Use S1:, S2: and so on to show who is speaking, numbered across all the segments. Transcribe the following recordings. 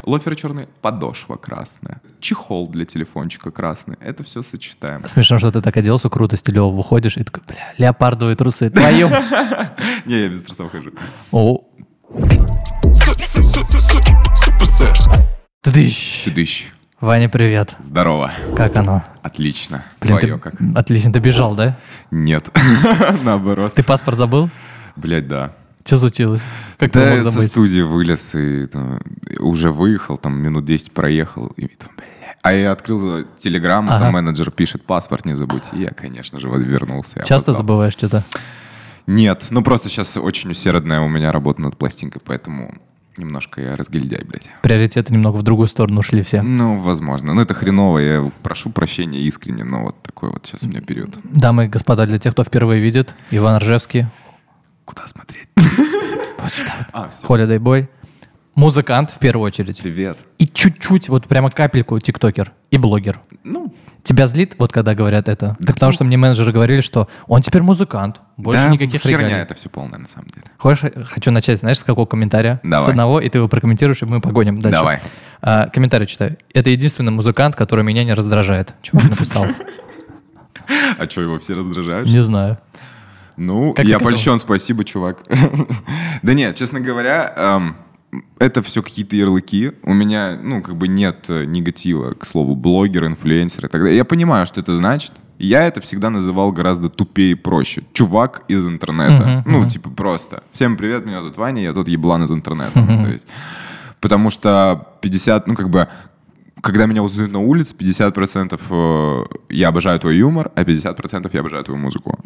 S1: Лоферы черные, подошва красная, чехол для телефончика красный. Это все сочетаемо.
S2: Смешно, что ты так оделся, круто, стилево выходишь и такой, бля, леопардовые трусы, твою.
S1: Не, я без трусов хожу.
S2: О. Тыдыщ. Ваня, привет.
S1: Здорово.
S2: Как оно?
S1: Отлично.
S2: Блин,
S1: Твое как?
S2: Отлично, ты бежал, да?
S1: Нет, наоборот.
S2: Ты паспорт забыл?
S1: Блять, да.
S2: Что случилось? Как ты
S1: Да,
S2: мог
S1: со
S2: забыть?
S1: студии вылез и уже выехал, там минут 10 проехал. И, а я открыл Телеграм, там менеджер пишет, паспорт не забудь. И я, конечно же, вернулся.
S2: Часто забываешь что-то?
S1: Нет, просто сейчас очень усердная у меня работа над пластинкой, поэтому немножко я разгильдяй, блядь.
S2: Приоритеты немного в другую сторону ушли все.
S1: Возможно. Это хреново, я прошу прощения искренне, но вот такой вот сейчас у меня период.
S2: Дамы и господа, для тех, кто впервые видит, Иван Ржевский.
S1: Куда смотреть?
S2: Вот сюда. Holiday Boy. Музыкант, в первую очередь.
S1: Привет.
S2: И чуть-чуть, вот прямо капельку тиктокер и блогер. Тебя злит, вот когда говорят это? Да, потому что мне менеджеры говорили, что он теперь музыкант, больше никаких регалий.
S1: Херня это все полная, на самом деле.
S2: Хочешь, хочу начать, знаешь, с какого комментария?
S1: Давай.
S2: С одного, и ты его прокомментируешь, и мы погоним дальше.
S1: Давай.
S2: Комментарий читаю. Это единственный музыкант, который меня не раздражает. Чувак написал.
S1: А что, его все раздражают?
S2: Не знаю.
S1: Я польщен, спасибо, чувак. Да нет, честно говоря, это все какие-то ярлыки. У меня, нет негатива к слову блогер, инфлюенсер и так далее. Я понимаю, что это значит. Я это всегда называл гораздо тупее и проще. Чувак из интернета. Просто. Всем привет, меня зовут Ваня, я тот еблан из интернета. То есть, потому что 50, когда меня узнают на улице, 50% я обожаю твой юмор, а 50% я обожаю твою музыку.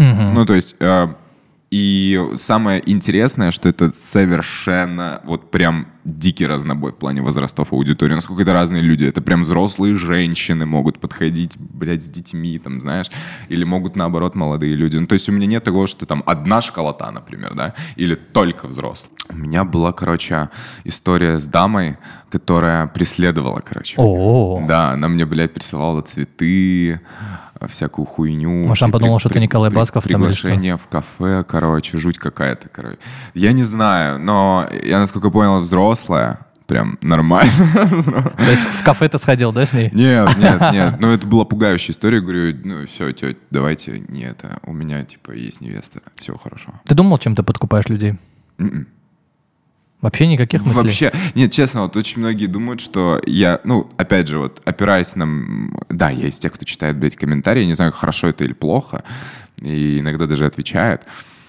S1: И самое интересное, что это совершенно прям дикий разнобой в плане возрастов аудитории. Насколько это разные люди. Это прям взрослые женщины могут подходить, блядь, с детьми, там, знаешь. Или могут, наоборот, молодые люди. То есть у меня нет такого, что там одна школота, например, да, или только взрослые. У меня была, история с дамой, которая преследовала, Да, она мне, блядь, присылала цветы, всякую хуйню.
S2: Может, она подумала, что ты Николай Басков там или что?
S1: Приглашение в кафе, жуть какая-то, Я не знаю, но я, насколько понял, взрослая, прям нормально.
S2: То есть в кафе ты сходил, да, с ней?
S1: Нет. Это была пугающая история. Говорю, все, тетя, давайте, у меня, есть невеста, все хорошо.
S2: Ты думал, чем ты подкупаешь людей? Вообще никаких мыслей?
S1: Вообще, нет, честно, очень многие думают, что я, опять же, опираясь на... Да, я из тех, кто читает, блядь, комментарии, не знаю, хорошо это или плохо, и иногда даже отвечает,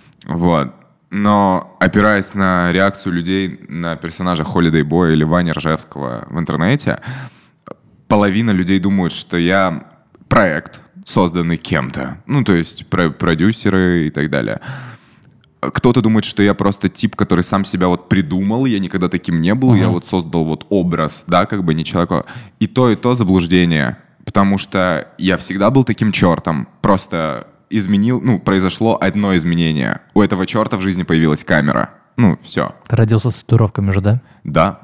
S1: но опираясь на реакцию людей на персонажа Holiday Boy или Вани Ржевского в интернете, половина людей думают, что я проект, созданный кем-то, то есть продюсеры и так далее. Кто-то думает, что я просто тип, который сам себя придумал, я никогда таким не был, я создал образ, да, не человека. И то заблуждение, потому что я всегда был таким чертом, просто произошло одно изменение. У этого черта в жизни появилась камера. Все.
S2: Ты родился с татуировками же, да?
S1: Да.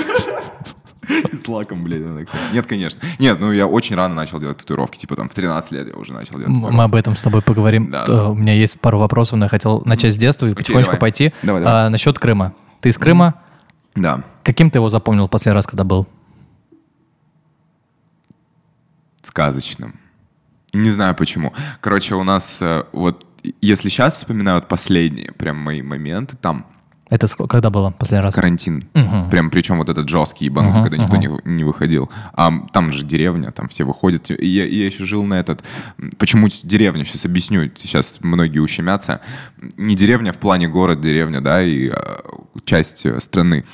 S1: С лаком, блядь, на ногтях. Нет, конечно. Нет, я очень рано начал делать татуировки. В 13 лет я уже начал делать татуировки.
S2: Мы об этом с тобой поговорим.
S1: Да.
S2: У меня есть пару вопросов, но я хотел начать с детства и потихонечку пойти.
S1: Давай.
S2: Насчет Крыма. Ты из Крыма?
S1: Да.
S2: Каким ты его запомнил последний раз, когда был?
S1: Сказочным. Не знаю почему. У нас если сейчас вспоминаю последние прям мои моменты, там...
S2: Это когда было последний раз?
S1: Карантин. Прям причем этот жесткий ебанутый, когда никто не выходил. Там же деревня, там все выходят. И я еще жил на Почему деревня? Сейчас объясню. Сейчас многие ущемятся. Не деревня в плане город, деревня, да, и часть страны.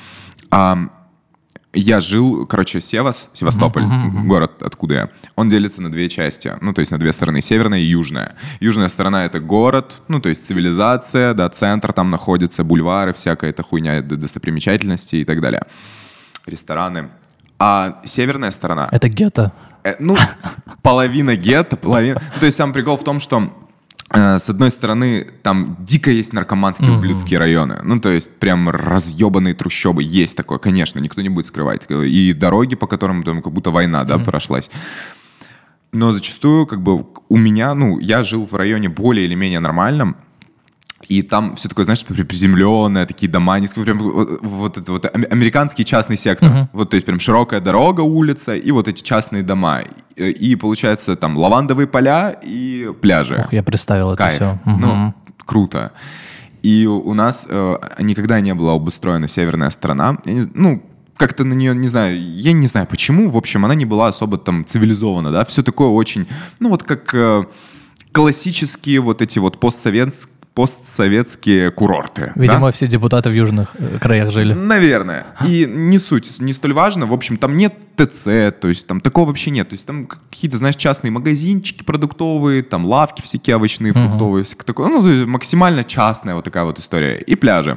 S1: Я жил, Севастополь, город, откуда я, он делится на две части, то есть на две стороны, северная и южная. Южная сторона — это город, то есть цивилизация, да, центр там находится, бульвары, всякая эта хуйня, достопримечательности и так далее, рестораны. А северная сторона...
S2: Это гетто?
S1: Половина гетто, половина... То есть сам прикол в том, что с одной стороны, там дико есть наркоманские ублюдские районы. То есть прям разъебанные трущобы. Есть такое, конечно, никто не будет скрывать. И дороги, по которым там как будто война, да, прошлась. Но зачастую, у меня, я жил в районе более или менее нормальном. И там все такое, знаешь, приземленное, такие дома, низкие, прям вот это вот американский частный сектор. Вот, то есть прям широкая дорога, улица и вот эти частные дома. И получается там лавандовые поля и пляжи.
S2: Я представил
S1: Кайф.
S2: это все.
S1: Ну, круто. И у нас никогда не была обустроена северная сторона. Как-то на нее, не знаю, я не знаю почему, в общем, она не была особо там цивилизована, да, все такое очень, вот как классические вот эти вот постсоветские курорты.
S2: Видимо,
S1: да?
S2: все депутаты в южных краях жили.
S1: Наверное. И не суть, не столь важно. В общем, там нет ТЦ, то есть там такого вообще нет. То есть там какие-то, знаешь, частные магазинчики продуктовые, там лавки всякие овощные, фруктовые, всякое такое. То есть максимально частная вот такая вот история. И пляжи.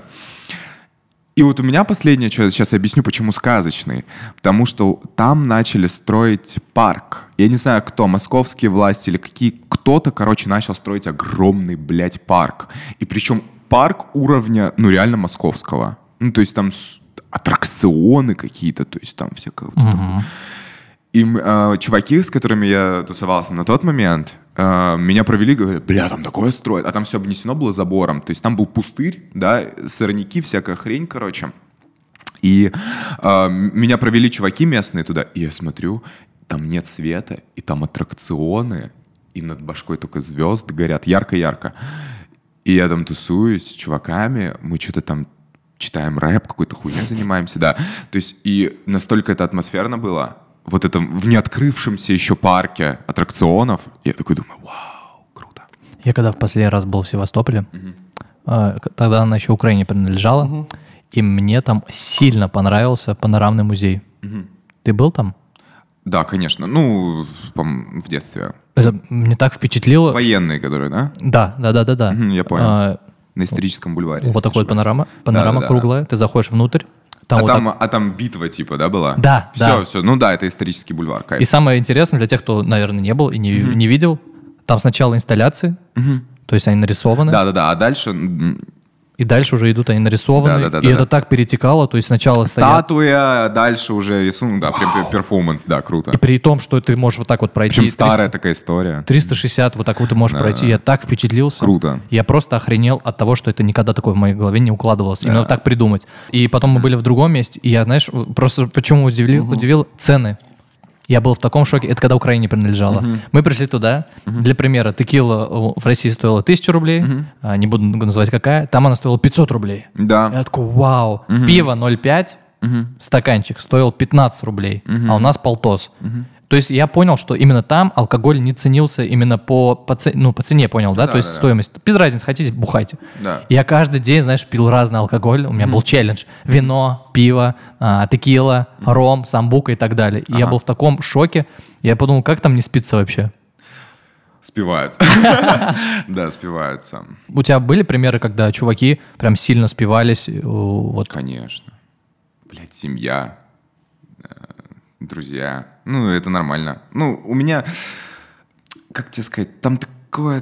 S1: И вот у меня последнее, сейчас я объясню, почему сказочный. Потому что там начали строить парк. Я не знаю, кто, московские власти или кто-то, начал строить огромный, парк. И причем парк уровня, реально московского. То есть там аттракционы какие-то, то есть там всякое вот это. И чуваки, с которыми я тусовался на тот момент, меня провели, говорят, там такое строят. А там все обнесено было забором. То есть там был пустырь, да, сорняки, всякая хрень, И меня провели чуваки местные туда. И я смотрю, там нет света, и там аттракционы, и над башкой только звезды горят, ярко-ярко. И я там тусуюсь с чуваками, мы что-то там читаем рэп, какой-то хуйней занимаемся, да. То есть и настолько это атмосферно было, вот это в неоткрывшемся еще парке аттракционов, я такой думаю, вау, круто.
S2: Я когда в последний раз был в Севастополе, тогда она еще Украине принадлежала, и мне там сильно понравился панорамный музей. Ты был там?
S1: Да, конечно. В детстве.
S2: Это мне так впечатлило.
S1: Военные, которые, да?
S2: Да.
S1: Я понял. На историческом бульваре.
S2: Вот такой панорама круглая. Ты заходишь внутрь.
S1: Там битва типа, да, была?
S2: Да.
S1: Все. Это исторический бульвар. Кайф.
S2: И самое интересное для тех, кто, наверное, не был и не видел, там сначала инсталляции, то есть они нарисованы.
S1: Да. А дальше...
S2: И дальше уже идут они нарисованные.
S1: Да.
S2: Это так перетекало, то есть сначала
S1: статуя, дальше уже рисунок, да, прям перформанс, да, круто.
S2: И при том, что ты можешь вот так вот пройти.
S1: Причем старая такая история.
S2: 360 вот так вот ты можешь пройти. Я так впечатлился.
S1: Круто.
S2: Я просто охренел от того, что это никогда такое в моей голове не укладывалось. Именно так придумать. И потом мы были в другом месте, и я, знаешь, просто почему удивил цены. Я был в таком шоке. Это когда Украине принадлежало. Мы пришли туда. Для примера, текила в России стоила 1000 рублей. Не буду называть какая. Там она стоила 500 рублей.
S1: Да.
S2: Я такой, вау. Пиво 0,5, стаканчик стоил 15 рублей. А у нас полтос. То есть я понял, что именно там алкоголь не ценился именно по цене, понял, да? То есть стоимость. Без разницы, хотите, бухайте.
S1: Да.
S2: Я каждый день, знаешь, пил разный алкоголь. У меня был челлендж. Вино, пиво, текила, ром, самбука и так далее. И я был в таком шоке. Я подумал, как там не спится вообще?
S1: Спиваются. Да, спиваются.
S2: У тебя были примеры, когда чуваки прям сильно спивались?
S1: Конечно. Семья, друзья. Это нормально. У меня, как тебе сказать, там такое...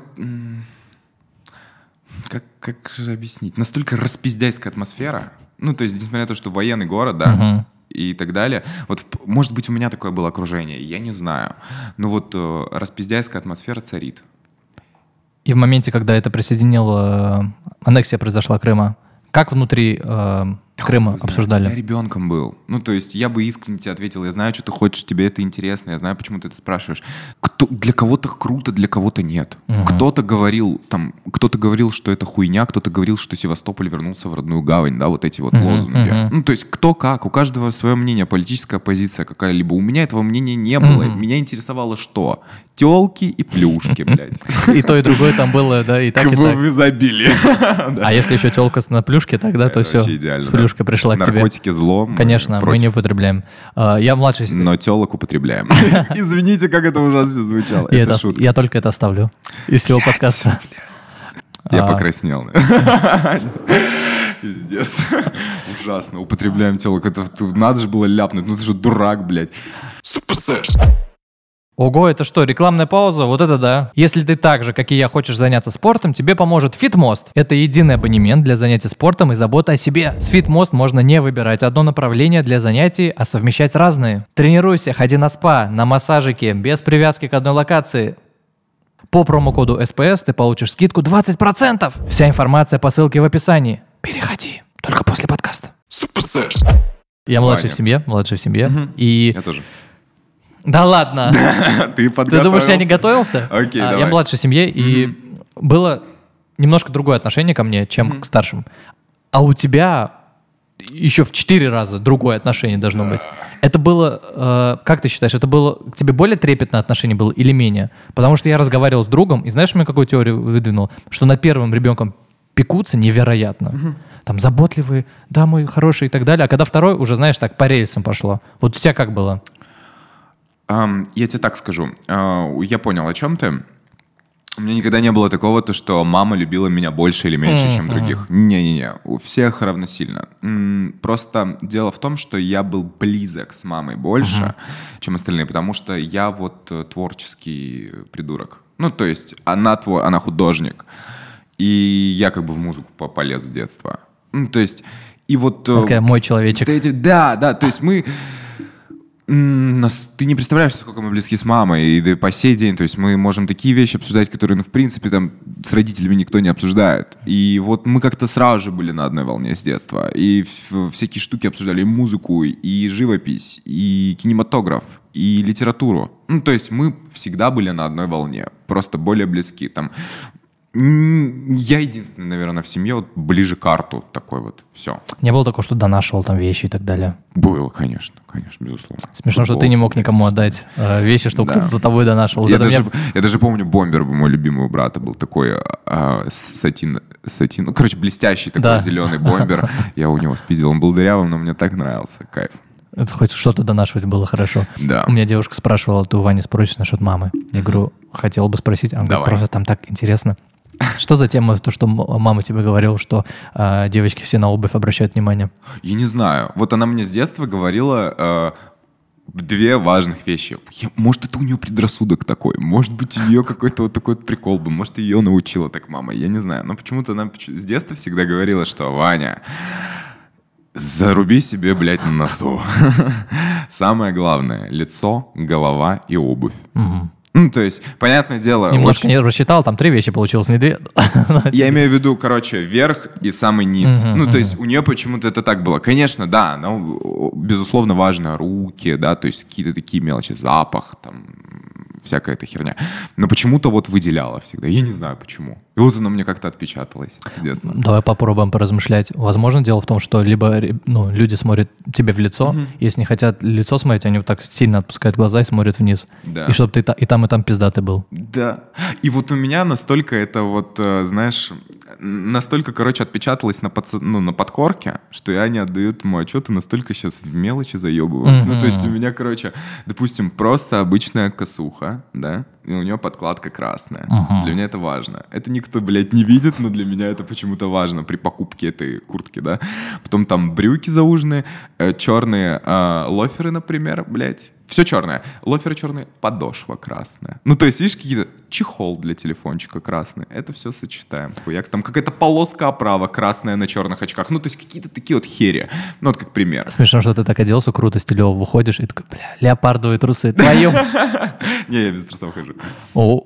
S1: Как же объяснить? Настолько распиздяйская атмосфера. То есть, несмотря на то, что военный город, да, и так далее. Вот, может быть, у меня такое было окружение, я не знаю. Но распиздяйская атмосфера царит.
S2: И в моменте, когда это присоединило, аннексия произошла Крыма, как внутри Крыма обсуждали?
S1: Я ребенком был. То есть я бы искренне тебе ответил, я знаю, что ты хочешь, тебе это интересно, я знаю, почему ты это спрашиваешь. Для кого-то круто, для кого-то нет. Кто-то говорил, что это хуйня, кто-то говорил, что Севастополь вернулся в родную гавань, да, вот эти вот лозунги. То есть кто как, у каждого свое мнение, политическая позиция какая-либо. У меня этого мнения не было. Меня интересовало что? Тёлки и плюшки, блядь.
S2: И то, и другое там было, да, и так, и так.
S1: В изобилии.
S2: А если еще тёлка на плюшке, тогда то все.
S1: Идеально.
S2: С плюшкой пришла к тебе.
S1: Наркотики зло.
S2: Конечно, мы не употребляем. Я младший.
S1: Но тёлок употребляем. Извините, как это ужасно звучало. Это шутка.
S2: Я только это оставлю из всего подкаста.
S1: Я покраснел. Пиздец. Ужасно. Употребляем тёлок. Это надо же было ляпнуть. Ты же дурак, блядь.
S2: Ого, это что, рекламная пауза? Вот это да. Если ты так же, как и я, хочешь заняться спортом, тебе поможет Фитмост. Это единый абонемент для занятий спортом и заботы о себе. С Фитмост можно не выбирать одно направление для занятий, а совмещать разные. Тренируйся, ходи на спа, на массажики, без привязки к одной локации. По промокоду СПС ты получишь скидку 20%. Вся информация по ссылке в описании. Переходи. Только после подкаста. Я младший в семье. И...
S1: Я тоже.
S2: Да ладно.
S1: Ты подготовился?
S2: Ты думаешь, я не готовился?
S1: Окей, давай.
S2: Я младший в семье, и было немножко другое отношение ко мне, чем к старшим. А у тебя еще в 4 раза другое отношение должно быть. Это было, как ты считаешь, это было к тебе более трепетное отношение было или менее? Потому что я разговаривал с другом, и знаешь, мне какую теорию выдвинул? Что над первым ребенком пекутся невероятно. Там заботливые, да, мой хороший и так далее. А когда второй, уже, знаешь, так по рельсам пошло. Вот у тебя как было?
S1: Я тебе так скажу. Я понял, о чем ты. У меня никогда не было такого, что мама любила меня больше или меньше, чем других. Не-не-не, у всех равносильно. Просто дело в том, что я был близок с мамой больше, чем остальные, потому что я вот творческий придурок. Ну, то есть она художник, и я как бы в музыку полез с детства. Ну, то есть, и вот...
S2: Такая мой человечек.
S1: Да, то есть мы... Ты не представляешь, сколько мы близки с мамой, и по сей день, то есть мы можем такие вещи обсуждать, которые, в принципе, там с родителями никто не обсуждает. И вот мы как-то сразу же были на одной волне с детства, и всякие штуки обсуждали, и музыку, и живопись, и кинематограф, и литературу. Ну, то есть мы всегда были на одной волне, просто более близки. Там я единственный, наверное, в семье вот ближе к арту такой вот, все.
S2: Не было такого, что донашивал там вещи и так далее?
S1: Было, конечно, безусловно.
S2: Смешно, что ты не мог никому отдать вещи, чтобы кто-то за тобой донашивал.
S1: Я даже помню, бомбер мой любимый у брата был такой сатин, ну, короче, блестящий такой зеленый бомбер. Я у него спиздил, он был дырявым, но мне так нравился, кайф.
S2: Это хоть что-то донашивать было хорошо.
S1: Да.
S2: У меня девушка спрашивала, ты у Вани спросишь насчет мамы. Я говорю, хотела бы спросить. Она говорит, просто там так интересно. Что за тема, то, что мама тебе говорила, что девочки все на обувь обращают внимание?
S1: Я не знаю. Вот она мне с детства говорила 2 важных вещи. Может, это у нее предрассудок такой. Может быть, у нее какой-то вот такой вот прикол был. Может, ее научила так мама. Я не знаю. Но почему-то она с детства всегда говорила, что Ваня, заруби себе, блядь, на носу. Самое главное — лицо, голова и обувь. Ну, то есть, понятное дело...
S2: Немножко не рассчитал, там 3 вещи получилось, не 2.
S1: Я имею в виду, короче, верх и самый низ. Ну, то есть, у нее почему-то это так было. Конечно, да, безусловно, важно руки, да, то есть, какие-то такие мелочи, запах, там, всякая эта херня. Но почему-то вот выделяла всегда. Я не знаю, почему. И вот оно мне как-то отпечаталось с детства.
S2: Давай попробуем поразмышлять. Возможно, дело в том, что либо люди смотрят тебе в лицо, если не хотят лицо смотреть, они вот так сильно отпускают глаза и смотрят вниз.
S1: Да.
S2: И чтобы ты и там пиздатый был.
S1: Да. И вот у меня настолько это вот, знаешь, настолько, короче, отпечаталось на подкорке, что я не отдаю этому отчету, настолько сейчас в мелочи заебываюсь. Ну, то есть у меня, короче, допустим, просто обычная косуха, да, и у нее подкладка красная. Для меня это важно. Это никто, блядь, не видит, но для меня это почему-то важно при покупке этой куртки, да. Потом там брюки зауженные, черные лоферы, например, блядь. Все черное. Лоферы черные, подошва красная. Ну, то есть, видишь, какие-то чехол для телефончика красный. Это все сочетаем. Хуякс. Там какая-то полоска оправа красная на черных очках. Ну, то есть, какие-то такие вот хери. Ну, вот как пример.
S2: Смешно, что ты так оделся, круто, стилево выходишь, и такой, бля, леопардовые трусы, твою.
S1: Не, я без трусов хожу.
S2: Ну,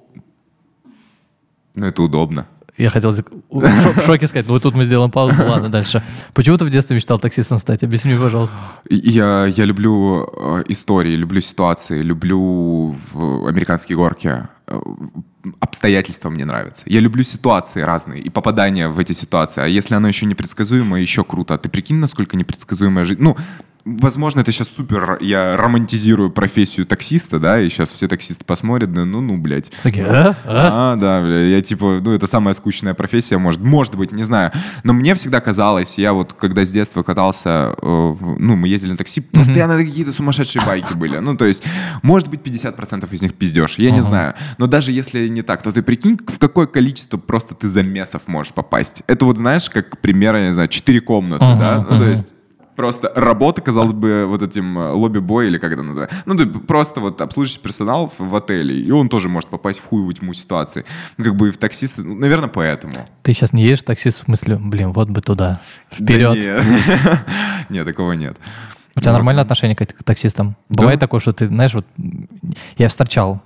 S1: это удобно.
S2: Я хотел в шоке сказать, ну тут мы сделаем паузу, ладно, дальше. Почему ты в детстве мечтал таксистом стать? Объясни мне, пожалуйста.
S1: Я люблю истории, люблю ситуации, люблю американские горки. Обстоятельства мне нравятся. Я люблю ситуации разные и попадания в эти ситуации. А если оно еще непредсказуемое, еще круто. А ты прикинь, насколько непредсказуемая жизнь. Ну, возможно, это сейчас супер, я романтизирую профессию таксиста, да, и сейчас все таксисты посмотрят, да, ну, блядь.
S2: Такие,
S1: да, бля, я типа, это самая скучная профессия, может быть, не знаю. Но мне всегда казалось, я вот, когда с детства катался, мы ездили на такси, постоянно какие-то сумасшедшие байки были. Ну, то есть, может быть, 50% из них пиздеж, я не знаю. Но даже если не так, то ты прикинь, в какое количество просто ты замесов можешь попасть. Это вот, знаешь, как пример, я не знаю, 4 комнаты, да, ну, то есть, просто работа, казалось бы, вот этим лобби-бой, или как это называется. Ну, ты просто вот обслуживающий персонал в отеле, и он тоже может попасть в хуевую тьму ситуации. Ну, как бы и в таксист, наверное, поэтому.
S2: Ты сейчас не едешь в таксист в смысле, блин, вот бы туда, вперед.
S1: Да нет. Нет, такого нет.
S2: У тебя нормальное отношение к таксистам? Бывает такое, что ты, знаешь, вот я встречал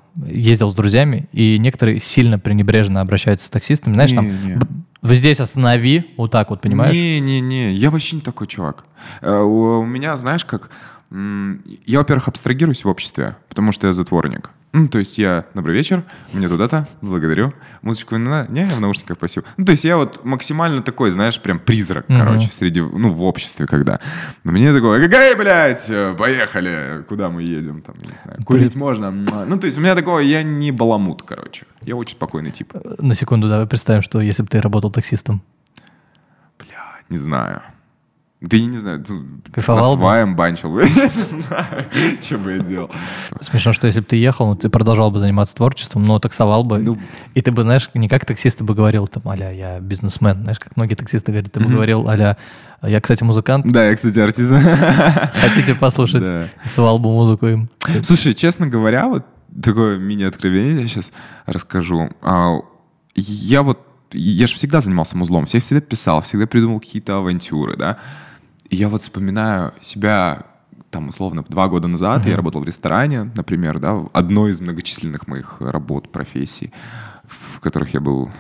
S2: ездил с друзьями, и некоторые сильно пренебрежно обращаются с таксистами. Знаешь,
S1: Не.
S2: вот здесь останови, вот так вот, понимаешь?
S1: Не, я вообще не такой чувак. У меня, знаешь, как... Я, во-первых, абстрагируюсь в обществе, потому что я затворник. То есть я, добрый вечер, мне туда-то, благодарю. Музычку не надо? Не, я в наушниках спасибо. То есть я вот максимально такой, знаешь, прям призрак, короче, среди, в обществе, когда. Но мне такое, какая, блядь, поехали, куда мы едем, там, я не знаю, курить можно. То есть у меня такого, я не баламут, короче. Я очень спокойный тип.
S2: На секунду давай представим, что если бы ты работал таксистом.
S1: Бля, не знаю. Да я не знаю,
S2: Кайфовал бы?
S1: сваем банчил. Я не знаю, что бы я делал.
S2: Смешно, что если бы ты ехал, ты продолжал бы заниматься творчеством, но таксовал бы. И ты бы, знаешь, не как таксист, ты бы говорил, там, а-ля, я бизнесмен. Знаешь, как многие таксисты говорят, ты бы говорил, а-ля, я, кстати, музыкант.
S1: Да, я, кстати, артист.
S2: Хотите послушать свалбу музыку им?
S1: Слушай, честно говоря, вот такое мини-откровение я сейчас расскажу. Я же всегда занимался музлом, всегда писал, всегда придумал какие-то авантюры, да. И я вот вспоминаю себя, там, условно, 2 года назад, я работал в ресторане, например, да, одной из многочисленных моих работ, профессий, в которых я был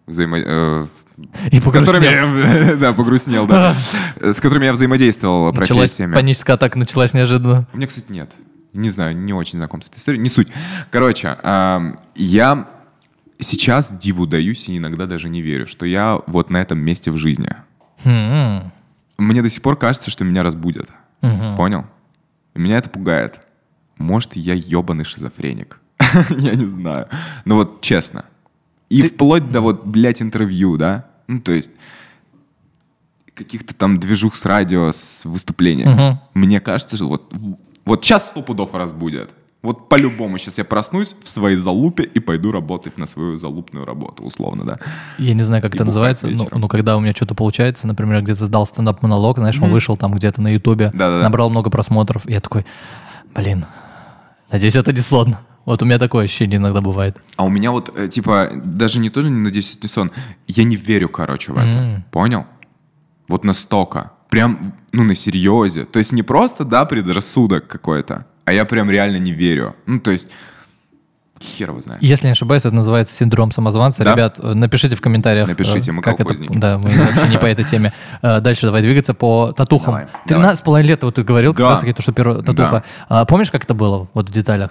S2: И
S1: с которыми я, да, погрустнел, да. С которыми я взаимодействовал профессиями.
S2: Паническая атака началась неожиданно.
S1: У меня, кстати, нет. Не знаю, не очень знаком с этой историей. Не суть. Короче, я сейчас диву даюсь и иногда даже не верю, что я вот на этом месте в жизни. Мне до сих пор кажется, что меня разбудят. Понял? Меня это пугает. Может, я ебаный шизофреник. Я не знаю. Но вот честно. И вплоть до вот, блядь, интервью, да? То есть каких-то там движух с радио, с выступления. Мне кажется, что вот сейчас 100 пудов разбудят. Вот по-любому сейчас я проснусь в своей залупе и пойду работать на свою залупную работу, условно, да.
S2: Я не знаю, как это называется, но когда у меня что-то получается, например, где-то сдал стендап-монолог, знаешь, он вышел там где-то на Ютубе, набрал много просмотров, и я такой, блин, надеюсь, это не сон. Вот у меня такое ощущение иногда бывает.
S1: А у меня вот, типа, даже не то, надеюсь, это не сон, я не верю, короче, в это. Понял? Вот настолько. Прям, на серьезе. То есть не просто, да, предрассудок какой-то, а я прям реально не верю. То есть, хер его знает.
S2: Если не ошибаюсь, это называется синдром самозванца. Да? Ребят, напишите в комментариях.
S1: Напишите, мы колхозники.
S2: Да, мы вообще не по этой теме. Дальше давай двигаться по татухам. 13,5 лет, вот ты говорил, как раз таки, то, что первая татуха. Помнишь, как это было, вот в деталях?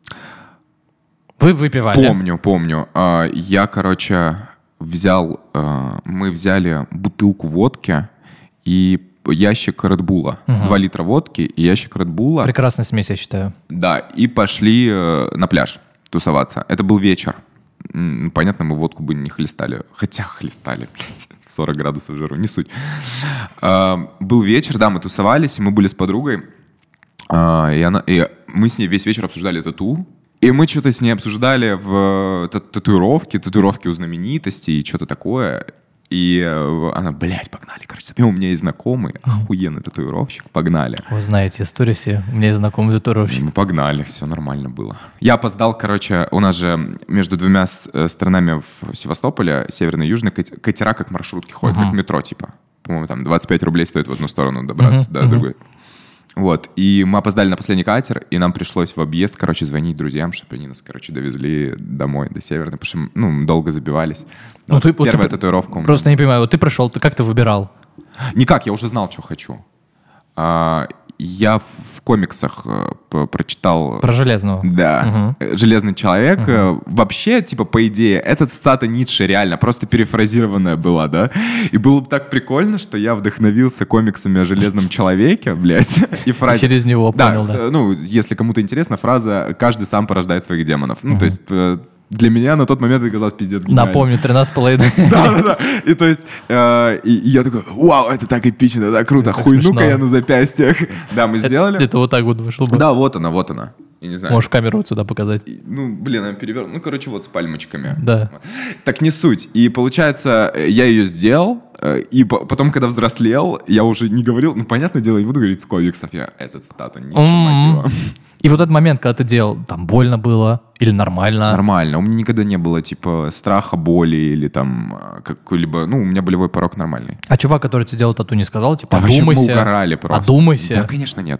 S2: Вы выпивали?
S1: Помню. Я, короче, мы взяли бутылку водки и ящик Редбула. 2 литра водки и ящик Редбула.
S2: Прекрасная смесь, я считаю.
S1: Да, и пошли на пляж тусоваться. Это был вечер. Понятно, мы водку бы не хлестали. Хотя хлестали, 40 градусов жару, не суть. Был вечер, да, мы тусовались, и мы были с подругой. И мы с ней весь вечер обсуждали тату. И мы что-то с ней обсуждали в татуировки у знаменитостей и что-то такое. И она, блядь, погнали, короче. У меня есть знакомый, охуенный татуировщик, погнали.
S2: Вы знаете историю все, у меня есть знакомый татуировщик.
S1: Мы погнали, все нормально было. Я опоздал, короче, у нас же между 2 странами в Севастополе, северной и южной, катера как маршрутки ходят, как метро, типа. По-моему, там 25 рублей стоит в одну сторону добраться до другой. Вот, и мы опоздали на последний катер, и нам пришлось в объезд, короче, звонить друзьям, чтобы они нас, короче, довезли домой, до Северной, потому что, мы долго забивались. Первая татуировка.
S2: Просто не понимаю, вот ты пришел, как ты выбирал?
S1: Никак, я уже знал, что хочу. Я в комиксах прочитал...
S2: Про Железного.
S1: Да. Железный человек. Вообще, типа, по идее, это цитата Ницше реально, просто перефразированная была, да? И было бы так прикольно, что я вдохновился комиксами о Железном человеке, блядь. И фраза...
S2: Через него понял, да.
S1: Если кому-то интересно, фраза «каждый сам порождает своих демонов». То есть... Для меня на тот момент это казалось пиздец гениально.
S2: Напомню, 13,5.
S1: Да. И то есть, и я такой, вау, это так эпично, так круто, хуйну-ка я на запястьях. Да, мы сделали.
S2: Это вот так вот вышло бы.
S1: Да, вот она. Я не знаю.
S2: Можешь камеру вот сюда показать.
S1: Она перевернута. Короче, вот с пальмочками.
S2: Да.
S1: Так не суть. И получается, я ее сделал, и потом, когда взрослел, я уже не говорил, понятное дело, не буду говорить с комиксов, это цитата Ницше, мать его.
S2: И вот этот момент, когда ты делал, там больно было или нормально?
S1: Нормально. У меня никогда не было, типа, страха, боли или там какой-либо... у меня болевой порог нормальный.
S2: А чувак, который тебе делал тату, не сказал, типа,
S1: да,
S2: одумайся?
S1: Мы угорали просто.
S2: Одумайся?
S1: Да, конечно, нет.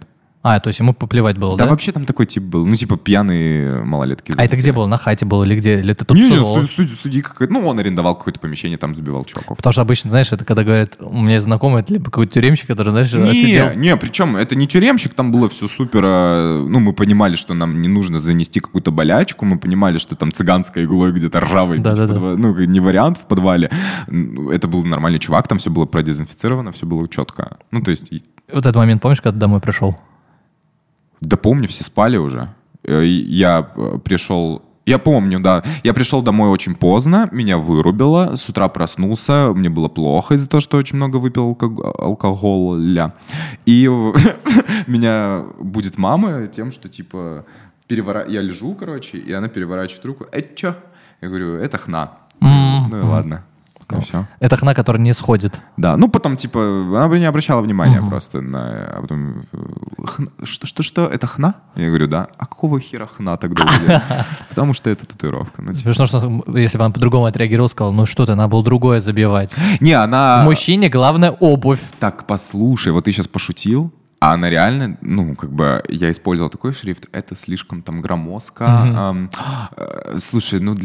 S2: То есть ему поплевать было, да?
S1: Да вообще там такой тип был. Ну, типа пьяные малолетки.
S2: А это где было? На хате было или где? Или ты тут
S1: Не,
S2: тусовал?
S1: студия какая-то. Ну, он арендовал какое-то помещение, там забивал чуваков.
S2: Потому что обычно, знаешь, это когда говорят, у меня есть знакомый, это либо какой-то тюремщик, который, знаешь, сидел...
S1: Не, причем это не тюремщик, там было все супер. Ну, мы понимали, что нам не нужно занести какую-то болячку, мы понимали, что там цыганской иглой где-то ржавой бить ну, не вариант в подвале. Это был нормальный чувак, там все было продезинфицировано, все было четко. Ну, то есть...
S2: Вот этот момент, помнишь, когда ты домой пришел?
S1: Да помню, все спали уже. Я пришел... Я помню, да. Я пришел домой очень поздно, меня вырубило, с утра проснулся, мне было плохо из-за того, что очень много выпил алкоголя. И меня будет мама тем, что типа я лежу, короче, и она переворачивает руку. Чё? Я говорю, это хна. Ну и ладно. И все.
S2: Это хна, которая не сходит.
S1: Да, ну потом, типа, она не обращала внимания просто на... А потом, что, это хна? Я говорю, да. А какого хера хна так долго? Потому что это татуировка. Ну, типа...
S2: Смешно, что если бы она по-другому отреагировала, сказала, ну что ты, надо было другое забивать.
S1: Не, она...
S2: Мужчине главное обувь.
S1: Так, послушай, вот ты сейчас пошутил, а она реально, ну, как бы, я использовал такой шрифт, это слишком там громоздко. Слушай, ну,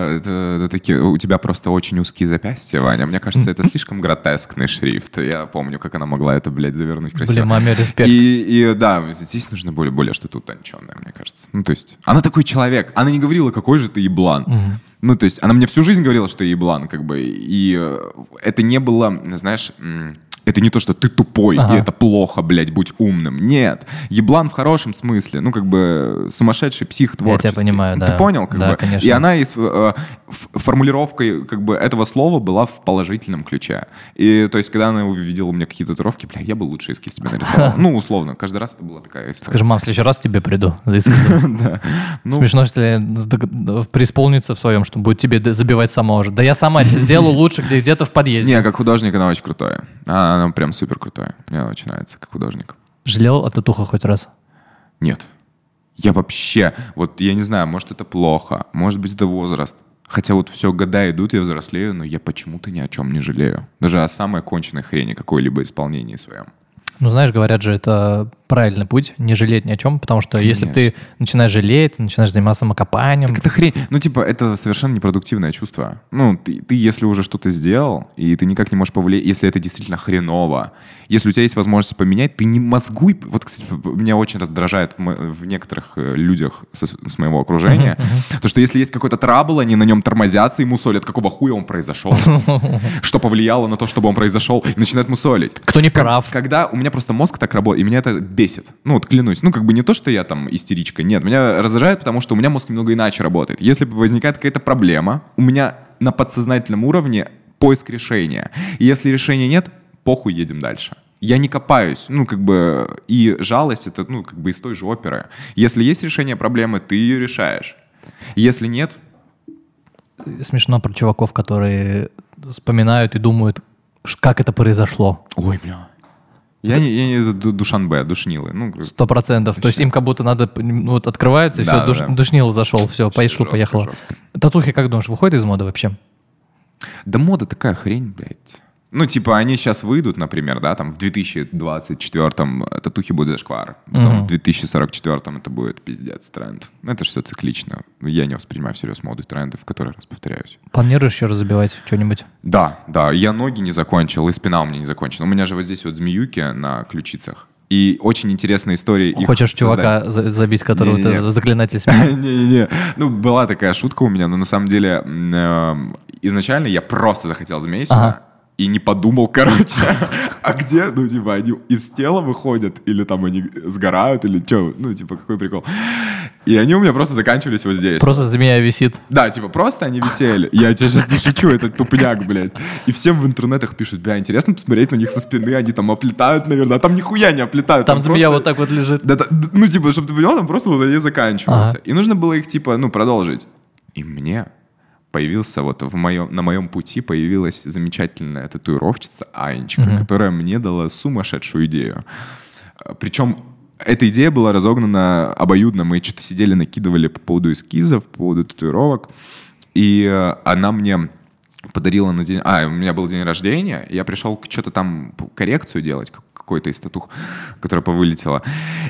S1: у тебя просто очень узкие запястья, Ваня. Мне кажется, это слишком гротескный шрифт. Я помню, как она могла это, блядь, завернуть красиво.
S2: Блин, маме респект.
S1: И да, здесь нужно более что-то утонченное, мне кажется. Ну, то есть, она такой человек. Она не говорила, какой же ты еблан. Ну, то есть, она мне всю жизнь говорила, что я еблан, как бы. И это не было, знаешь... Это не то, что ты тупой, и это плохо, блядь, будь умным. Нет. Еблан в хорошем смысле. Ну, как бы, сумасшедший псих творческий.
S2: Я тебя понимаю, да.
S1: Ты понял? Как
S2: да,
S1: бы?
S2: Конечно.
S1: И она формулировкой как бы этого слова была в положительном ключе. И, то есть, когда она увидела у меня какие-то татуировки, бля, я бы лучше эскиз тебе нарисовал. Ну, условно. Каждый раз это была такая история.
S2: Скажи, мам, в следующий раз к тебе приду за эскизом. Смешно, что преисполнится в своем, что будет тебе забивать сама уже. Да я сама сделаю лучше где-то в подъезде.
S1: Не, как художник она очень крутая. Она прям супер крутая. Мне очень нравится как художник.
S2: Жалел от татуха хоть раз?
S1: Нет. Я вообще, вот я не знаю, может это плохо, может быть это возраст. Хотя вот все, года идут, я взрослею, но я почему-то ни о чем не жалею. Даже о самой конченной хрени какой-либо исполнении своем.
S2: Ну, знаешь, говорят же, это правильный путь, не жалеть ни о чем, потому что если ты начинаешь жалеть, ты начинаешь заниматься самокопанием...
S1: Так это хрень. Ну, типа, это совершенно непродуктивное чувство. Ну, ты если уже что-то сделал, и ты никак не можешь повлиять, если это действительно хреново, если у тебя есть возможность поменять, ты не мозгуй... Вот, кстати, меня очень раздражает в некоторых людях с моего окружения, то, что если есть какой-то трабл, они на нем тормозятся и мусолят, какого хуя он произошел, что повлияло на то, чтобы он произошел, и начинают мусолить.
S2: Кто не прав.
S1: Когда у меня просто мозг так работает, и меня это бесит. Ну, вот клянусь. Ну, как бы не то, что я там истеричка. Нет, меня раздражает, потому что у меня мозг немного иначе работает. Если возникает какая-то проблема, у меня на подсознательном уровне поиск решения. И если решения нет, похуй, едем дальше. Я не копаюсь. Ну, как бы, и жалость — это, ну, как бы из той же оперы. Если есть решение проблемы, ты ее решаешь. Если нет...
S2: Смешно про чуваков, которые вспоминают и думают, как это произошло.
S1: Ой, бля. Я не Душанбе, душнилы.
S2: 100%. То есть им как будто надо, ну, вот открывается, и все, душнил зашел, все, поехало. Татухи, как думаешь, выходят из моды вообще?
S1: Да мода такая хрень, блядь. Ну, типа, они сейчас выйдут, например, да, там в 2024-м татухи будут зашквар. Потом в 2044-м это будет пиздец тренд. Это же все циклично. Я не воспринимаю всерьез моду и тренды, в который раз повторяюсь.
S2: Планируешь еще раз забивать что-нибудь?
S1: Да. Я ноги не закончил, и спина у меня не закончена. У меня же вот здесь вот змеюки на ключицах. И очень интересная история.
S2: Хочешь чувака забить, которого ты заклинатель смех?
S1: Не-не-не. Ну, была такая шутка у меня, но на самом деле изначально я просто захотел змей сюда. И не подумал, короче, а где, ну, типа, они из тела выходят, или там они сгорают, или что, ну, типа, какой прикол. И они у меня просто заканчивались вот здесь.
S2: Просто змея висит.
S1: Да, типа, просто они висели. Я тебе сейчас не шучу, это тупняк, блядь. И всем в интернетах пишут, бля, интересно посмотреть на них со спины, они там оплетают, наверное, а там нихуя не оплетают.
S2: Там змея просто... вот так вот лежит.
S1: Да, ну, типа, чтобы ты понял, там просто вот они заканчиваются. И нужно было их, типа, ну, продолжить. И мне... появился вот на моем пути появилась замечательная татуировщица Анечка, которая мне дала сумасшедшую идею. Причем эта идея была разогнана обоюдно. Мы что-то сидели, накидывали по поводу эскизов, по поводу татуировок. И она мне подарила на день... у меня был день рождения, я пришел что-то там коррекцию делать, какой-то из татух, которая повылетела.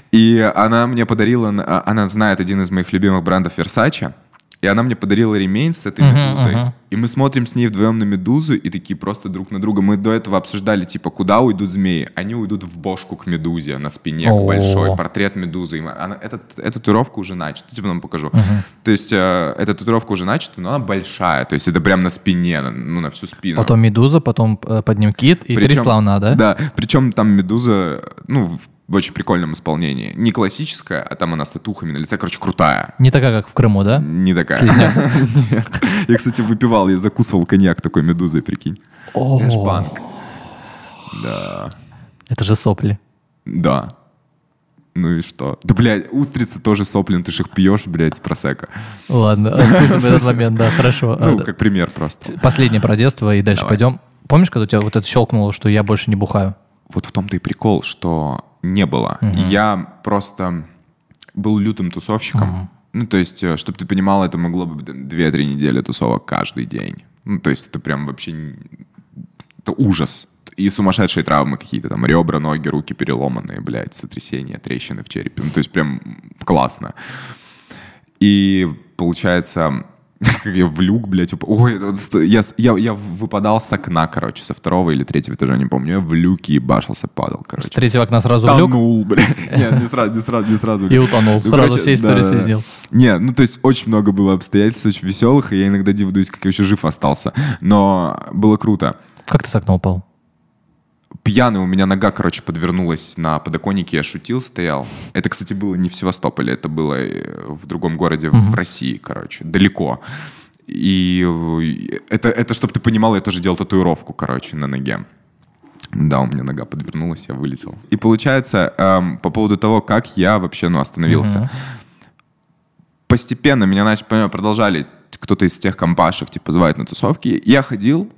S1: И она мне подарила, она знает один из моих любимых брендов Versace, и она мне подарила ремень с этой медузой. И мы смотрим с ней вдвоем на медузу и такие просто друг на друга. Мы до этого обсуждали, типа, куда уйдут змеи. Они уйдут в бошку к медузе, на спине к большой. Портрет медузы. Эта татуировка уже начата. Типа, вам покажу. То есть, эта татуировка уже начата, но она большая. То есть, это прям на спине, ну, на всю спину.
S2: Потом медуза, потом под ним кит и три слона, да?
S1: Да, причем там медуза, ну, в очень прикольном исполнении. Не классическая, а там она с татухами на лице. Короче, крутая.
S2: Не такая, как в Крыму, да?
S1: Не такая. Нет. Я, кстати, выпивал, я закусывал коньяк такой медузой, прикинь. Я шпанк. Да.
S2: Это же сопли.
S1: Да. Ну и что? Да, блядь, устрицы тоже сопли, ты ж их пьешь, блядь, с просека.
S2: Ладно, отпустим этот момент, да, хорошо.
S1: Ну, как пример просто.
S2: Последнее про детство, и дальше пойдем. Помнишь, когда у тебя вот это щелкнуло, что я больше не бухаю?
S1: Вот в том-то и прикол, что не было. Я просто был лютым тусовщиком. Ну, то есть, чтобы ты понимал, это могло бы быть 2-3 недели тусовок каждый день. Ну, то есть, это прям вообще... Это ужас. И сумасшедшие травмы какие-то, там, ребра, ноги, руки переломанные, блядь, сотрясения, трещины в черепе. Ну, то есть, прям классно. И, получается... Как я в люк, блядь, ой, я выпадал с окна, короче, со 2-го или 3-го этажа, не помню, я в люке ебашился, падал, короче.
S2: С 3-го окна сразу в люк?
S1: Тонул, блядь. Нет, не сразу.
S2: И утонул, сразу все истории соединил.
S1: Не, ну то есть очень много было обстоятельств, очень веселых, и я иногда дивлюсь, как я еще жив остался. Но было круто.
S2: Как ты с окна упал?
S1: Пьяный, у меня нога, короче, подвернулась на подоконнике, я шутил, стоял. Это, кстати, было не в Севастополе, это было в другом городе, в России, короче, далеко. И это чтобы ты понимал, я тоже делал татуировку, короче, на ноге. Да, у меня нога подвернулась, я вылетел. И получается, по поводу того, как я вообще, остановился. Постепенно меня продолжали кто-то из тех компашек, типа, звать на тусовки. Я ходил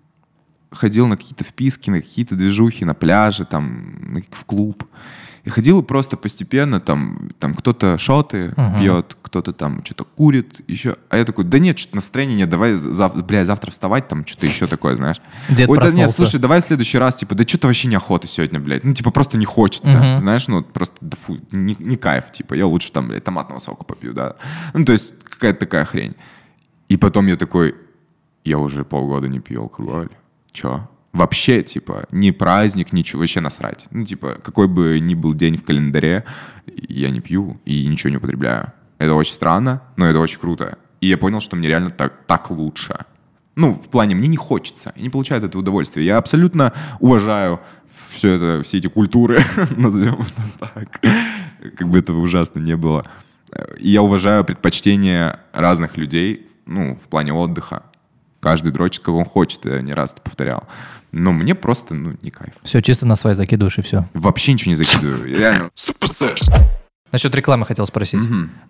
S1: на какие-то вписки, на какие-то движухи, на пляже, там, в клуб. И ходил и просто постепенно, там кто-то шоты пьет, кто-то там что-то курит, еще. А я такой, да нет, что-то настроения нет, давай завтра вставать, там что-то еще такое, знаешь.
S2: Дед
S1: ой, да нет, слушай, давай в следующий раз, типа, да что-то вообще неохота сегодня, блядь. Ну, типа, просто не хочется, знаешь, просто, да фу, не кайф, типа, я лучше там, блядь, томатного сока попью, да. Ну, то есть, какая-то такая хрень. И потом я такой, я уже полгода не пью алкоголь. Чё? Вообще, типа, ни праздник, ничего, вообще насрать. Ну, типа, какой бы ни был день в календаре, я не пью и ничего не употребляю. Это очень странно, но это очень круто. И я понял, что мне реально так лучше. Ну, в плане, мне не хочется, я не получаю от этого удовольствия. Я абсолютно уважаю все эти культуры, назовем это так, как бы этого ужасно не было. И я уважаю предпочтения разных людей, ну, в плане отдыха. Каждый дрочит, как он хочет, я не раз это повторял. Но мне просто, не кайф.
S2: Все, чисто на свай закидываешь и все.
S1: Вообще ничего не закидываю. Реально.
S2: Насчет рекламы хотел спросить.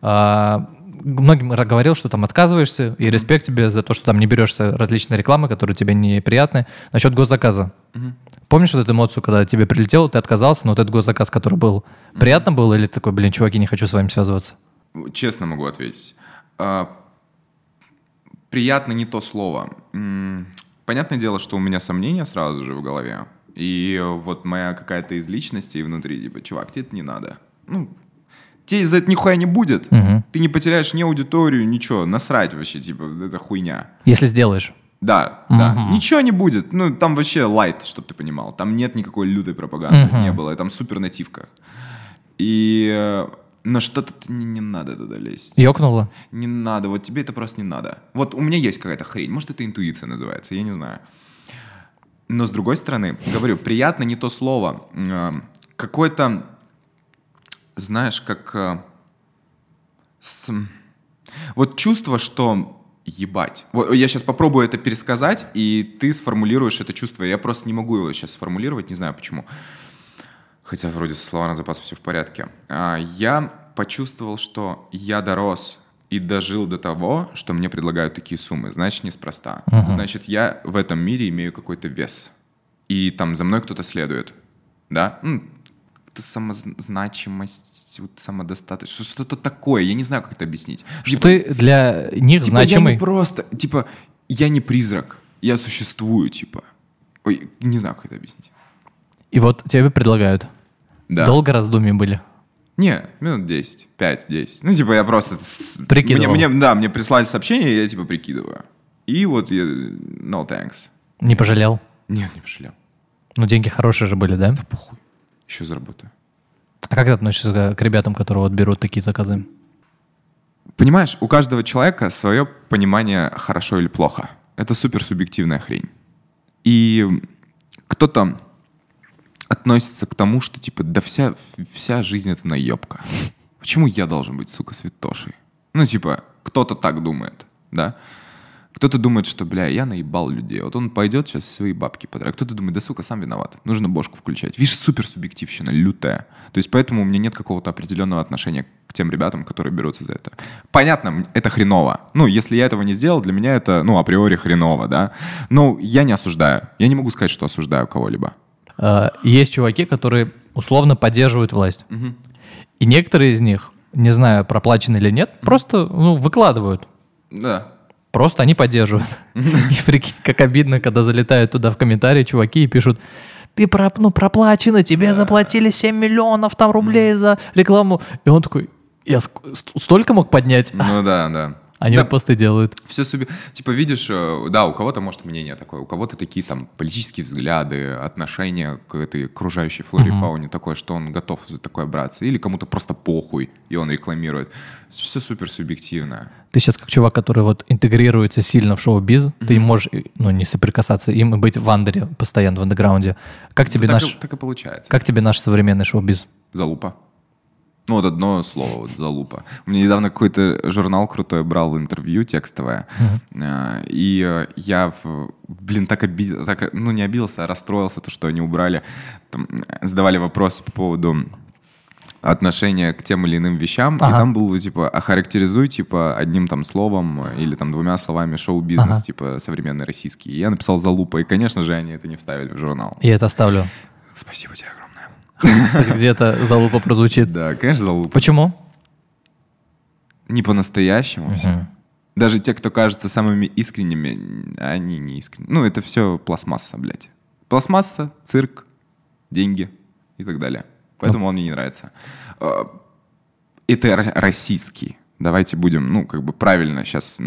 S2: Многим говорил, что там отказываешься, и респект тебе за то, что там не берешься различные рекламы, которые тебе неприятны. Насчет госзаказа. Помнишь вот эту эмоцию, когда тебе прилетело, ты отказался, но вот этот госзаказ, который был, приятно было, или такой, блин, чуваки, не хочу с вами связываться?
S1: Честно могу ответить. Приятно не то слово. Понятное дело, что у меня сомнения сразу же в голове. И вот моя какая-то из личностей внутри, типа, чувак, тебе это не надо. Ну, тебе за это нихуя не будет. Ты не потеряешь ни аудиторию, ничего. Насрать вообще, типа, это хуйня.
S2: Если сделаешь.
S1: Да. Ничего не будет. Ну, там вообще лайт, чтобы ты понимал. Там нет никакой лютой пропаганды. Не было. Там супер нативка. И... Но что-то не надо туда лезть.
S2: Ёкнуло?
S1: Не надо, вот тебе это просто не надо. Вот у меня есть какая-то хрень, может, это интуиция называется, я не знаю. Но с другой стороны, говорю, приятно не то слово. Какое-то, знаешь, как... Вот чувство, что ебать. Вот я сейчас попробую это пересказать, и ты сформулируешь это чувство. Я просто не могу его сейчас сформулировать, не знаю почему. Хотя вроде со словарным запасом все в порядке. Я почувствовал, что я дорос и дожил до того, что мне предлагают такие суммы. Значит, неспроста. Значит, я в этом мире имею какой-то вес. И там за мной кто-то следует. Да? Это самозначимость, самодостаточность. Что-то такое. Я не знаю, как это объяснить.
S2: Что ты для них значимый?
S1: Я не просто... я не призрак. Я существую, Ой, не знаю, как это объяснить.
S2: И вот тебе предлагают.
S1: Да.
S2: Долго раздумья были?
S1: Не, минут 10, 5-10. Ну, типа, я просто...
S2: Прикидывал.
S1: Мне прислали сообщение, я, типа, прикидываю. И вот я... No thanks.
S2: Не пожалел?
S1: Нет, не пожалел.
S2: Ну, деньги хорошие же были, да?
S1: Да похуй. Еще заработаю.
S2: А как ты относишься к ребятам, которые вот берут такие заказы?
S1: Понимаешь, у каждого человека свое понимание хорошо или плохо. Это супер субъективная хрень. И кто-то относится к тому, что типа, да вся жизнь это наебка. Почему я должен быть, сука, святошей? Ну, типа, кто-то так думает, да? Кто-то думает, что, бля, я наебал людей. Вот он пойдет сейчас свои бабки потратит. Кто-то думает, да, сука, сам виноват. Нужно бошку включать. Видишь, супер субъективщина, лютая. То есть поэтому у меня нет какого-то определенного отношения к тем ребятам, которые берутся за это. Понятно, это хреново. Ну, если я этого не сделал, для меня это, ну, априори хреново, да? Но я не осуждаю. Я не могу сказать, что осуждаю кого-либо.
S2: Есть чуваки, которые условно поддерживают власть.
S1: Угу.
S2: И некоторые из них, не знаю, проплачены или нет, просто выкладывают.
S1: Да.
S2: Просто они поддерживают. И прикинь, как обидно, когда залетают туда в комментарии чуваки и пишут: ты проплачено, тебе заплатили 7 миллионов там рублей за рекламу. И он такой: я столько мог поднять?
S1: Ну да.
S2: Они
S1: да,
S2: вот посты делают.
S1: Все типа, видишь, да, у кого-то, может, мнение такое, у кого-то такие там политические взгляды, отношения к этой окружающей флоре и фауне такое, что он готов за такое браться. Или кому-то просто похуй, и он рекламирует. Все супер субъективно.
S2: Ты сейчас как чувак, который вот интегрируется сильно в шоу-биз, ты не можешь, не соприкасаться им и быть в андере постоянно, в андеграунде. Как тебе
S1: так и получается.
S2: Как тебе наш современный шоу-биз?
S1: Залупа. Ну, вот одно слово, вот, залупа. У меня недавно какой-то журнал крутой брал интервью текстовое, и я, так обиделся, не обиделся, а расстроился, то, что они убрали. Там задавали вопросы по поводу отношения к тем или иным вещам, и там было, типа, охарактеризуй, типа, одним там словом или там 2 словами шоу-бизнес, типа, современный российский. И я написал залупа, и, конечно же, они это не вставили в журнал.
S2: Я это оставлю.
S1: Спасибо тебе огромное.
S2: Где-то залупа прозвучит.
S1: Да, конечно, залупа.
S2: Почему?
S1: Не по-настоящему. Даже те, кто кажется самыми искренними, они не искренние. Ну, это все пластмасса, блядь. Пластмасса, цирк, деньги и так далее. Поэтому он мне не нравится. Это российский. Давайте будем, правильно сейчас,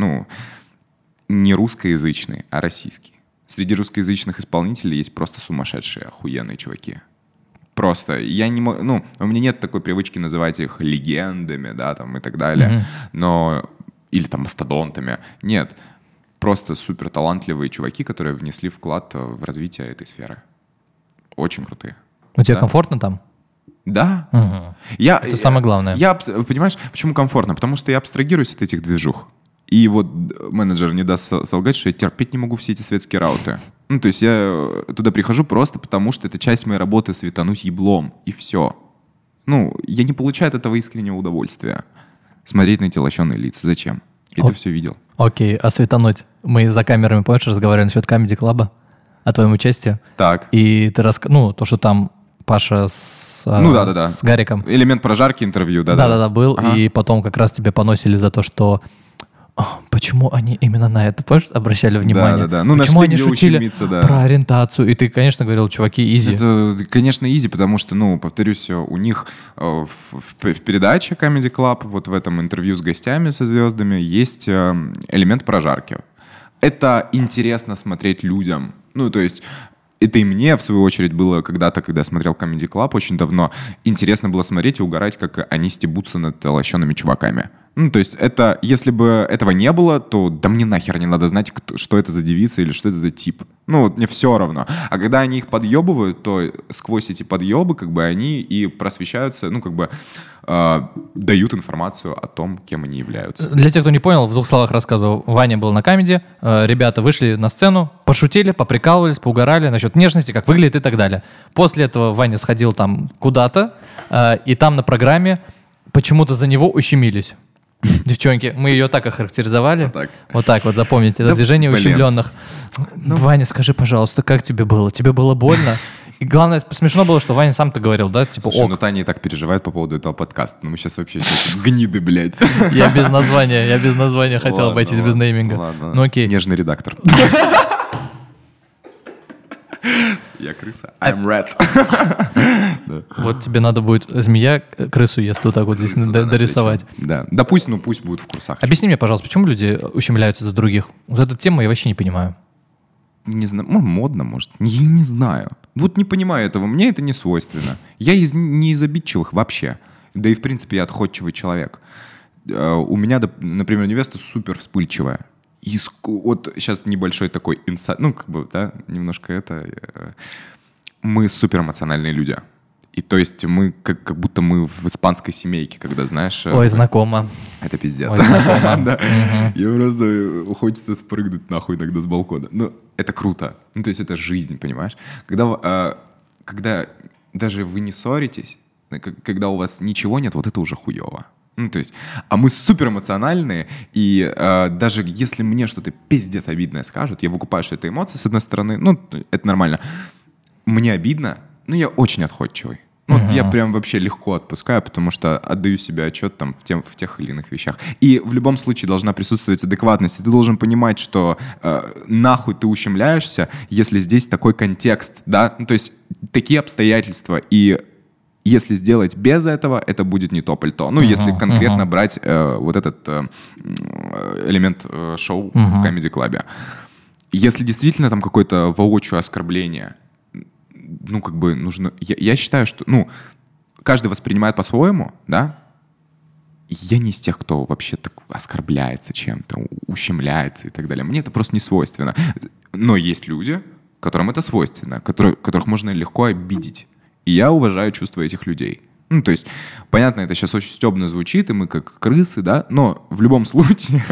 S1: не русскоязычный, а российский. Среди русскоязычных исполнителей есть просто сумасшедшие, охуенные чуваки. Просто. Я не могу, у меня нет такой привычки называть их легендами, да, там и так далее. Но... Или там мастодонтами. Нет. Просто супер талантливые чуваки, которые внесли вклад в развитие этой сферы. Очень крутые.
S2: Тебе комфортно там?
S1: Да.
S2: Это самое главное.
S1: Понимаешь, почему комфортно? Потому что я абстрагируюсь от этих движух. И вот менеджер не даст солгать, что я терпеть не могу все эти светские рауты. То есть я туда прихожу просто потому, что это часть моей работы — светануть еблом, и все. Я не получаю от этого искреннего удовольствия. Смотреть на эти лощеные лица. Зачем? Я это все видел.
S2: Окей, а светануть? Мы за камерами, помнишь, разговаривали насчет Comedy Club, о твоем участии.
S1: Так.
S2: И ты то, что там Паша с Гариком.
S1: Элемент прожарки интервью, да.
S2: Да, был. Ага. И потом как раз тебе поносили за то, что почему они именно на это, помнишь, обращали внимание?
S1: Да.
S2: Почему они шутили про ориентацию? И ты, конечно, говорил, чуваки, изи.
S1: Это, конечно, изи, потому что, повторюсь, у них в передаче Comedy Club, вот в этом интервью с гостями, со звездами, есть элемент прожарки. Это интересно смотреть людям. То есть... Это и мне, в свою очередь, было когда-то, когда я смотрел Comedy Club очень давно, интересно было смотреть и угорать, как они стебутся над лощеными чуваками. То есть это, если бы этого не было, то да мне нахер не надо знать, что это за девица или что это за тип. Мне все равно. А когда они их подъебывают, то сквозь эти подъебы они и просвещаются, дают информацию о том, кем они являются.
S2: Для тех, кто не понял, в 2 словах рассказывал. Ваня был на камеди, ребята вышли на сцену, пошутили, поприкалывались, поугорали насчет внешности, как выглядит и так далее. После этого Ваня сходил там куда-то, и там на программе почему-то за него ущемились. Девчонки, мы ее так охарактеризовали. Вот так вот, запомните, это движение ущемленных. Ваня, скажи, пожалуйста, как тебе было? Тебе было больно? И главное, смешно было, что Ваня сам-то говорил, да? Типа,
S1: слушай, Таня и так переживает по поводу этого подкаста. Мы сейчас вообще гниды, блядь.
S2: Я без названия хотел обойтись без нейминга.
S1: Ладно.
S2: Окей.
S1: Нежный редактор. Я крыса. I'm rat.
S2: Вот тебе надо будет змея крысу ест, вот так вот здесь дорисовать.
S1: Да. Да пусть будет в курсах.
S2: Объясни мне, пожалуйста, почему люди ущемляются за других? Вот эту тему я вообще не понимаю.
S1: Не знаю, модно, может. Я не знаю. Вот не понимаю этого. Мне это не свойственно. Я не из обидчивых вообще. Да и, в принципе, я отходчивый человек. У меня, например, невеста супер вспыльчивая. И вот сейчас небольшой такой инсайт, ну, как бы, да, немножко это... Мы суперэмоциональные люди. И то есть мы как будто мы в испанской семейке, когда, знаешь...
S2: Ой, знакомо.
S1: Это пиздец.
S2: Ой, знакомо.
S1: Да. Я просто... Хочется спрыгнуть нахуй иногда с балкона. Но это круто. Ну, то есть это жизнь, понимаешь? Когда даже вы не ссоритесь, когда у вас ничего нет, вот это уже хуево. Ну, то есть, а мы суперэмоциональные, и даже если мне что-то пиздец обидное скажут, я выкупаю, что это эмоции, с одной стороны, ну, это нормально. Мне обидно, но я очень отходчивый. Ну, вот я прям вообще легко отпускаю, потому что отдаю себе отчет там в тех или иных вещах. И в любом случае должна присутствовать адекватность. И ты должен понимать, что нахуй ты ущемляешься, если здесь такой контекст, да? Ну, то есть такие обстоятельства, и если сделать без этого, это будет не то пальто. Ну, если конкретно брать вот этот элемент шоу в комеди-клабе. Если действительно там какое-то воочию оскорбление, ну, как бы нужно... Я считаю, что, ну, каждый воспринимает по-своему, да? Я не из тех, кто вообще так оскорбляется чем-то, ущемляется и так далее. Мне это просто не свойственно. Но есть люди, которым это свойственно, которых можно легко обидеть. И я уважаю чувства этих людей. Ну, то есть, понятно, это сейчас очень стебно звучит, и мы как крысы, да, но в любом случае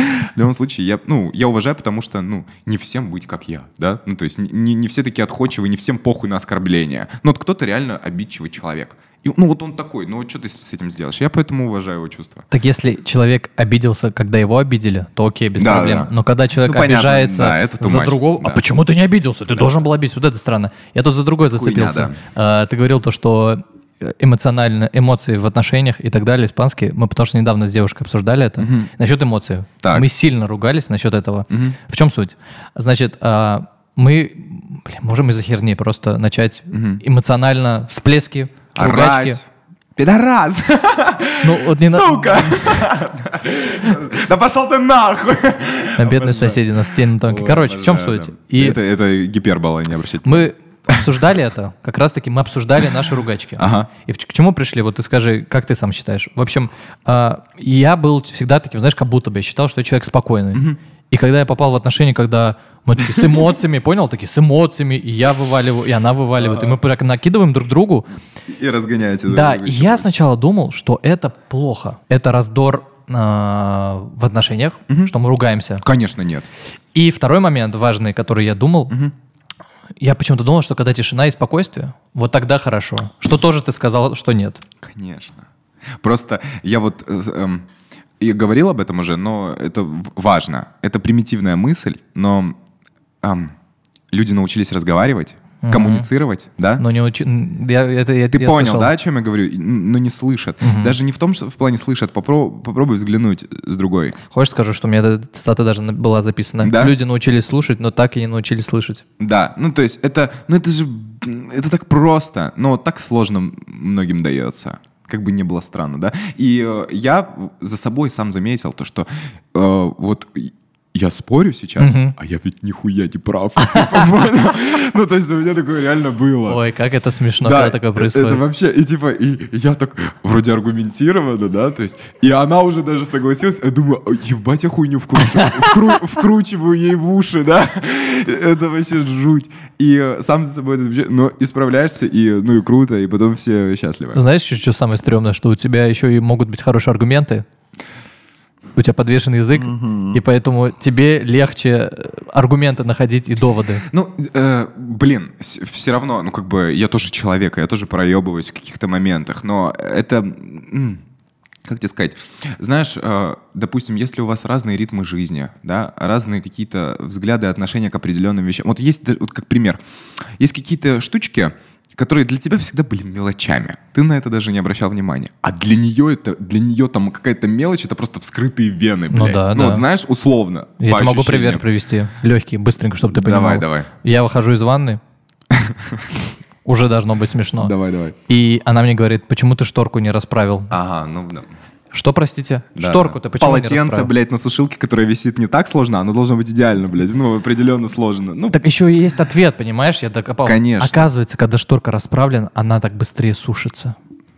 S1: я уважаю, потому что, ну, не всем быть как я, да, ну, то есть не все такие отходчивые, не всем похуй на оскорбления. Но вот кто-то реально обидчивый человек. И, ну, вот он такой, ну, вот что ты с этим сделаешь? Я поэтому уважаю его чувства.
S2: Так если человек обиделся, когда его обидели, то окей, без проблем. Да. Но когда человек обижается за другого... Да. А почему ты не обиделся? Ты должен был обидеться. Вот это странно. Я тут за другое зацепился. Да. Ты говорил то, что эмоции в отношениях и так далее, испанские. Мы потому что недавно с девушкой обсуждали это. Насчет эмоций. Мы сильно ругались насчет этого. В чем суть? Значит, мы можем из-за херни просто начать эмоционально всплески, ругачки.
S1: Пидорас!
S2: Ну, вот не
S1: сука! Да пошел ты нахуй!
S2: Бедные соседи, на стене тонкие. Короче, в чем суть?
S1: Это гипербола, не обращайте.
S2: Мы обсуждали это, как раз-таки мы обсуждали наши ругачки. И к чему пришли? Вот ты скажи, как ты сам считаешь? В общем, я был всегда таким, знаешь, как будто бы я считал, что я человек спокойный. И когда я попал в отношения, когда мы такие с эмоциями, понял? Такие с эмоциями, и я вываливаю, и она вываливает, и мы прям накидываем друг другу.
S1: И разгоняете.
S2: Да, и я сначала думал, что это плохо. Это раздор в отношениях, что мы ругаемся.
S1: Конечно, нет.
S2: И второй момент важный, который я думал, я почему-то думал, что когда тишина и спокойствие, вот тогда хорошо. Что тоже ты сказал, что нет.
S1: Конечно. Просто я вот... Я говорил об этом уже, но это важно. Это примитивная мысль, но люди научились разговаривать, коммуницировать, да?
S2: Но не
S1: Ты понял, слышал. Да, о чем я говорю? Но не слышат. Даже не в том, что в плане слышат. Попробуй взглянуть с другой.
S2: Хочешь, скажу, что у меня эта цитата даже была записана? Да? Люди научились слушать, но так и не научились слышать.
S1: Да, ну то есть это так просто, но так сложно многим дается. Как бы не было странно, да? И я за собой сам заметил то, что вот я спорю сейчас, а я ведь нихуя не прав. Ну, то есть у меня такое реально было.
S2: Ой, как это смешно, когда такое происходит.
S1: Это вообще, и я так вроде аргументированно, да, то есть, и она уже даже согласилась, я думаю, ебать, я хуйню вкручиваю ей в уши, да? Это вообще жуть. И сам за собой это замечаешь, но исправляешься, ну и круто, и потом все счастливы.
S2: Знаешь, что самое стрёмное, что у тебя еще и могут быть хорошие аргументы, у тебя подвешен язык, и поэтому тебе легче аргументы находить и доводы.
S1: Ну, все равно, ну, как бы, я тоже человек, я тоже проебываюсь в каких-то моментах, но это, как тебе сказать, знаешь, допустим, если у вас разные ритмы жизни, да, разные какие-то взгляды, отношения к определенным вещам, вот есть, вот как пример, есть какие-то штучки, которые для тебя всегда были мелочами. Ты на это даже не обращал внимания. А для нее там какая-то мелочь, это просто вскрытые вены, блядь.
S2: Ну да,
S1: вот знаешь, условно.
S2: Я тебе могу пример привести, легкий, быстренько, чтобы ты понимал.
S1: Давай.
S2: Я выхожу из ванны, Уже должно быть смешно.
S1: Давай.
S2: И она мне говорит, почему ты шторку не расправил?
S1: Ага, ну да.
S2: Что, простите?
S1: Да.
S2: Шторку-то почему не
S1: Полотенце,
S2: расправил?
S1: блядь, на сушилке, которое висит не так сложно, оно должно быть идеально, блядь. Ну, определенно сложно. Ну,
S2: Так еще и есть ответ, понимаешь? Я докопался.
S1: Конечно.
S2: Оказывается, когда шторка расправлена, она так быстрее сушится.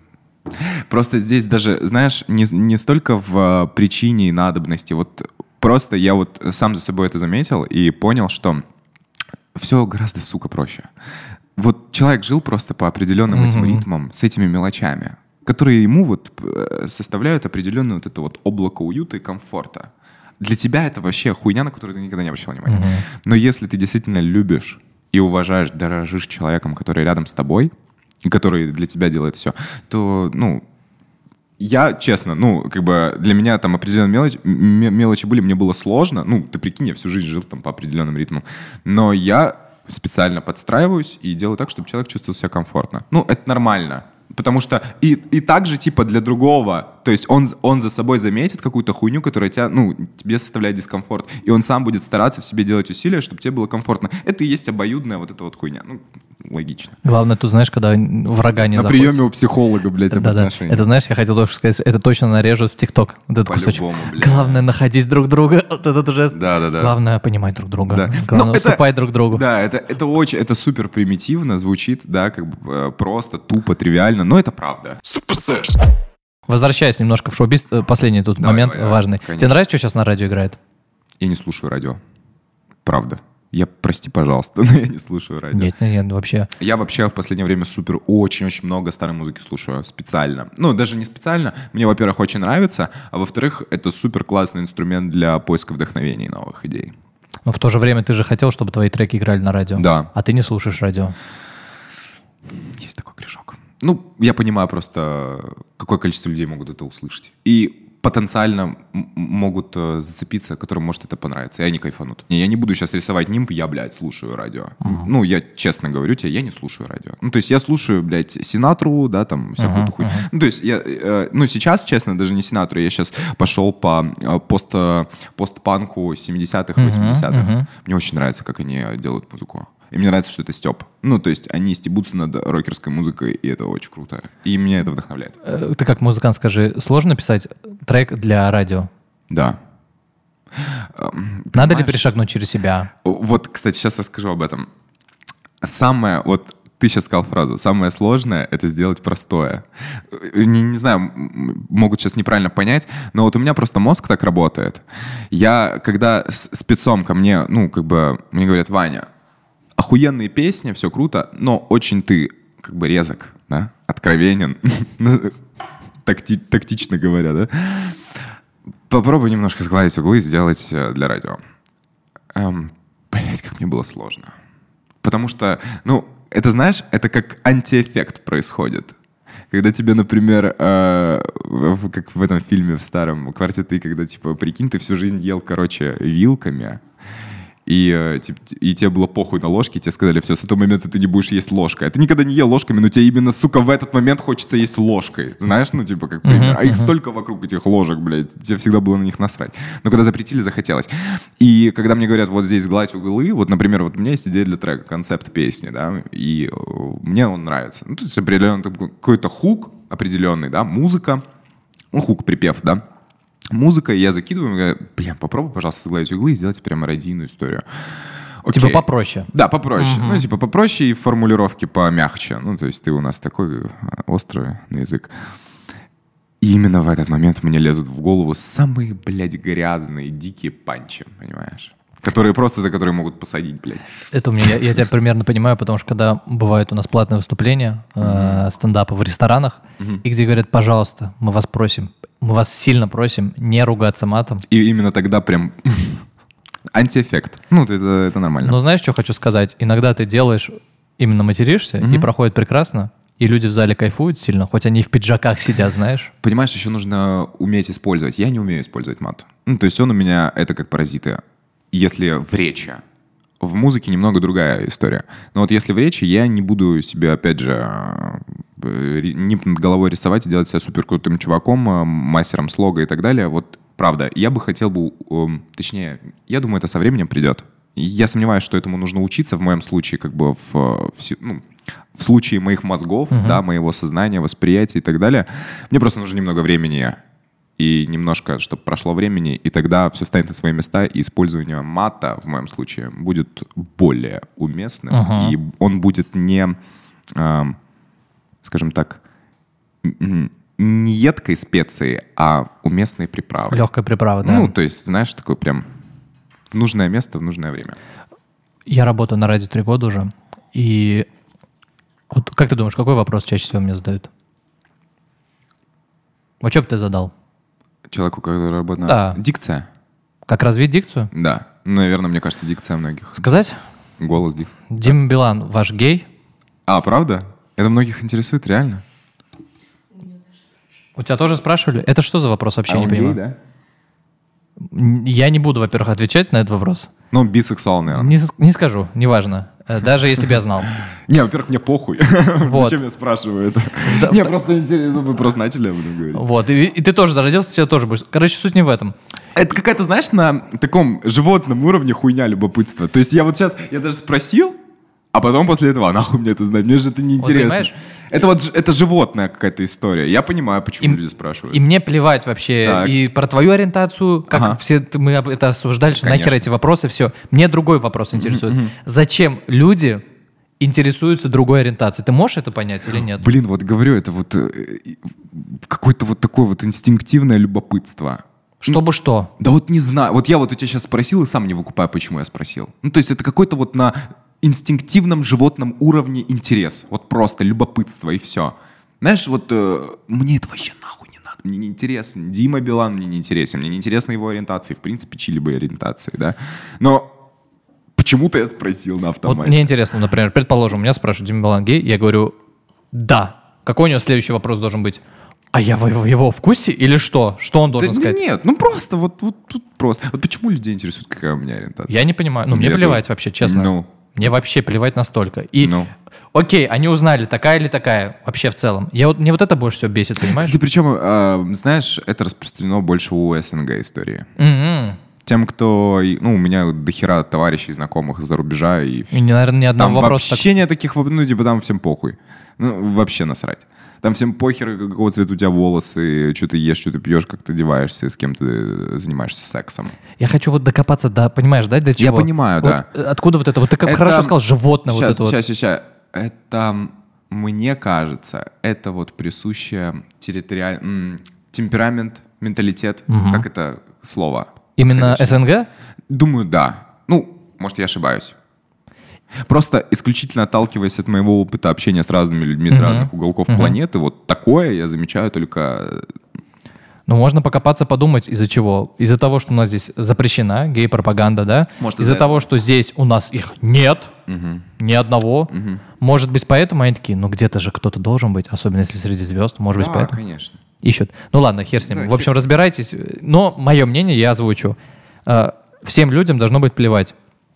S1: просто здесь даже, знаешь, не столько в причине и надобности. Вот просто я вот сам за собой это заметил и понял, что все гораздо, сука, проще. Вот человек жил просто по определенным этим ритмам, с этими мелочами, которые ему вот составляют определенное вот это вот облако уюта и комфорта. Для тебя это вообще хуйня, на которую ты никогда не обращал внимания. Но если ты действительно любишь и уважаешь, дорожишь человеком, который рядом с тобой, и который для тебя делает все, то, ну, я, честно, ну, как бы для меня там определенные мелочи были, мне было сложно. Ну, ты прикинь, я всю жизнь жил там по определенным ритмам. Но я специально подстраиваюсь и делаю так, чтобы человек чувствовал себя комфортно. Ну, это нормально. Потому что и также, типа, для другого, то есть он за собой заметит какую-то хуйню, которая тебя, ну, тебе составляет дискомфорт, и он сам будет стараться в себе делать усилия, чтобы тебе было комфортно. Это и есть обоюдная вот эта вот хуйня. Ну, логично.
S2: Главное, тут, знаешь, когда врага не
S1: На
S2: заходит.
S1: приеме у психолога, блядь, об отношениях.
S2: Это, знаешь, я хотел тоже сказать, это точно нарежут в ТикТок. Вот этот кусочек.
S1: По-любому, блядь.
S2: Главное, находить друг друга. Вот этот жест.
S1: Да.
S2: Главное, понимать друг друга.
S1: Да.
S2: Главное,
S1: Ну, это-
S2: уступать друг другу.
S1: Да, это очень, это супер примитивно звучит, да, как бы просто, тупо, тривиально, но это правда.
S2: Возвращаясь немножко в шоу-биз, последний тут
S1: Давай,
S2: момент
S1: давай,
S2: важный.
S1: конечно.
S2: Тебе нравится, что сейчас на радио играет?
S1: Я не слушаю радио. Правда. Прости, пожалуйста, но я не слушаю радио.
S2: Нет, вообще.
S1: Я вообще в последнее время супер очень-очень много старой музыки слушаю специально. Ну, даже не специально. Мне, во-первых, очень нравится, а во-вторых, это супер классный инструмент для поиска вдохновений и новых идей.
S2: Но в то же время ты же хотел, чтобы твои треки играли на радио.
S1: Да.
S2: А ты не слушаешь радио.
S1: Есть такой грешок. Ну, я понимаю просто, какое количество людей могут это услышать. И потенциально могут зацепиться, которым может это понравиться, и они кайфанут. Я не буду сейчас рисовать нимб, я, блядь, слушаю радио. Ну, я честно говорю тебе, я не слушаю радио. Ну, то есть я слушаю, блядь, Синатру, да, там, всякую эту хуйню. Ну, то есть я, ну, сейчас, честно, даже не Синатру, я сейчас пошел по постпанку 70-х, 80-х. Мне очень нравится, как они делают музыку. И мне нравится, что это стёб. Ну, то есть они стебутся над рокерской музыкой, и это очень круто. И меня это вдохновляет.
S2: Ты как музыкант скажи, сложно писать трек для радио?
S1: Да.
S2: Надо ли
S1: Понимаешь?
S2: перешагнуть через себя?
S1: Вот, кстати, сейчас расскажу об этом. Вот ты сейчас сказал фразу, самое сложное — это сделать простое. Не знаю, могут сейчас неправильно понять, но вот у меня просто мозг так работает. Я, когда спецом ко мне, ну, как бы, мне говорят: Ваня, охуенные песни, все круто, но очень ты, как бы, резок, да, откровенен, тактично говоря, да. Попробуй немножко сгладить углы и сделать для радио. Блять, как мне было сложно. Потому что, ну, это, знаешь, это как антиэффект происходит. Когда тебе, например, как в этом фильме в старом «Квартеты», когда, типа, прикинь, ты всю жизнь ел, короче, вилками, и тебе было похуй на ложки, и тебе сказали: все, с этого момента ты не будешь есть ложкой. А ты никогда не ел ложками, но тебе именно, сука, в этот момент хочется есть ложкой. Знаешь, ну, типа, как пример. А их столько вокруг, этих ложек, блядь, тебе всегда было на них насрать. Но когда запретили, захотелось. И когда мне говорят: вот здесь гладь углы, вот, например, вот у меня есть идея для трека, концепт песни, да, и мне он нравится. Ну, тут есть определенный какой-то хук определенный, да, музыка, ну, хук, припев, да. Музыка, и я закидываю, и говорю: блин, попробуй, пожалуйста, сгладить углы и сделать прям радийную историю. Окей.
S2: Типа попроще.
S1: Да, попроще. Ну, типа попроще и формулировки помягче. Ну, то есть ты у нас такой острый на язык. И именно в этот момент мне лезут в голову самые, блядь, грязные, дикие панчи, понимаешь? За которые могут посадить, блядь.
S2: Это у меня, я тебя примерно понимаю, потому что когда бывают у нас платные выступления, стендапы в ресторанах, и где говорят: пожалуйста, мы вас просим, мы вас сильно просим не ругаться матом.
S1: И именно тогда прям антиэффект. Ну, это нормально.
S2: Но знаешь, что хочу сказать? Иногда ты делаешь, именно материшься, и проходит прекрасно, и люди в зале кайфуют сильно, хоть они в пиджаках сидят, знаешь.
S1: Понимаешь, еще нужно уметь использовать. Я не умею использовать мат. Ну, то есть он у меня, это как паразиты. Если в речи. В музыке немного другая история. Но вот если в речи, я не буду себе, опять же, нимб над головой рисовать и делать себя суперкрутым чуваком, мастером слога и так далее. Вот правда, я бы хотел бы, точнее, я думаю, это со временем придет. Я сомневаюсь, что этому нужно учиться. В моем случае, как бы в случае моих мозгов, да, моего сознания, восприятия и так далее, мне просто нужно немного времени и немножко, чтобы прошло времени, и тогда все станет на свои места, и использование мата, в моем случае, будет более уместным, и он будет не, скажем так, не едкой специей, а уместной приправой.
S2: Легкая приправа, да.
S1: Ну, то есть, знаешь, такой прям в нужное место, в нужное время.
S2: Я работаю на радио 3 года уже, и вот как ты думаешь, какой вопрос чаще всего мне задают? Вот что бы ты задал?
S1: Человеку, который работает
S2: Да.
S1: Дикция?
S2: Как развить дикцию?
S1: Да. Наверное, мне кажется, дикция многих.
S2: Сказать?
S1: Голос дикции.
S2: Дима Билан, ваш гей?
S1: А, правда? Это многих интересует, реально?
S2: У тебя тоже спрашивали? Это что за вопрос вообще, не понимаю?
S1: да?
S2: Я не буду, во-первых, отвечать на этот вопрос.
S1: Ну, он бисексуал, наверное.
S2: Не скажу, неважно. Даже если бы я знал.
S1: Не, во-первых, мне похуй.
S2: Вот.
S1: Зачем я спрашиваю это?
S2: Да,
S1: Мне просто интересно, вы просто начали об этом говорить.
S2: Вот, и ты тоже зародился, тебя тоже будешь. Короче, суть не в этом.
S1: Это какая-то, знаешь, на таком животном уровне хуйня любопытства. То есть я вот сейчас, я даже спросил, а потом после этого, а нахуй мне это знать? Мне же это неинтересно.
S2: Вот,
S1: это вот это животная какая-то история. Я понимаю, почему люди спрашивают.
S2: И мне плевать вообще
S1: Так.
S2: и про твою ориентацию, как
S1: Ага.
S2: все мы это обсуждали, что
S1: Конечно.
S2: нахер эти вопросы, все. Мне другой вопрос интересует. Зачем люди интересуются другой ориентацией? Ты можешь это понять или нет?
S1: Блин, вот говорю, это вот какое-то вот такое вот инстинктивное любопытство.
S2: Чтобы что?
S1: Да вот не знаю. Вот я вот у тебя сейчас спросил и сам не выкупаю, почему я спросил. Ну, то есть это какой-то вот на инстинктивном животном уровне интерес. Вот просто любопытство и все. Знаешь, вот мне это вообще нахуй не надо. Мне не интересен Дима Билан, мне не интересен. Мне не интересны его ориентации. В принципе, чьи-либо ориентации, да. Но почему-то я спросил на автомате.
S2: Вот мне интересно, например, предположим, меня спрашивают, Дима Билан гей, я говорю, да. Какой у него следующий вопрос должен быть? А я в его вкусе или что? Что он должен
S1: Да
S2: сказать?
S1: нет, ну просто, вот тут просто. Вот почему людей интересует, какая у меня ориентация?
S2: Я не понимаю. Ну, мне
S1: Я
S2: плевать
S1: тоже.
S2: вообще, честно.
S1: Ну.
S2: Мне вообще плевать настолько. И,
S1: Ну.
S2: окей, они узнали, такая или такая, вообще в целом. Мне вот это больше всего бесит, понимаешь?
S1: Кстати, причем, знаешь, это распространено больше у СНГ истории.
S2: М-м.
S1: Тем, кто, ну, у меня дохера товарищей, знакомых из-за рубежа, и
S2: И, наверное, ни одного
S1: там
S2: вопроса так-
S1: вообще нет таких, ну, типа, там всем похуй. Ну, вообще насрать. Там всем похер, какого цвета у тебя волосы, что ты ешь, что ты пьешь, как ты одеваешься, с кем ты занимаешься сексом.
S2: Я хочу вот докопаться до, понимаешь, да, до чего?
S1: понимаю,
S2: Вот,
S1: да.
S2: Откуда вот это? Вот ты как
S1: Это-
S2: хорошо сказал, животное вот это вот.
S1: Сейчас. Это, мне кажется, это вот присуще темперамент, менталитет, как это слово?
S2: Именно
S1: подходящее?
S2: СНГ?
S1: Думаю, да. Ну, может, я ошибаюсь. Просто исключительно отталкиваясь от моего опыта общения с разными людьми с разных уголков планеты, вот такое я замечаю только...
S2: Ну, можно покопаться, подумать, из-за чего. Из-за того, что у нас здесь запрещена гей-пропаганда, да?
S1: Может,
S2: из-за
S1: из-за
S2: того, что здесь у нас их нет, ни одного. Может быть, поэтому они такие, ну, где-то же кто-то должен быть, особенно если среди звезд. Может быть,
S1: Да,
S2: поэтому
S1: конечно.
S2: ищут. Ну, ладно, хер с ним.
S1: Да,
S2: В
S1: хер
S2: общем,
S1: с ним.
S2: разбирайтесь. Но мое мнение я озвучу. Всем людям должно быть плевать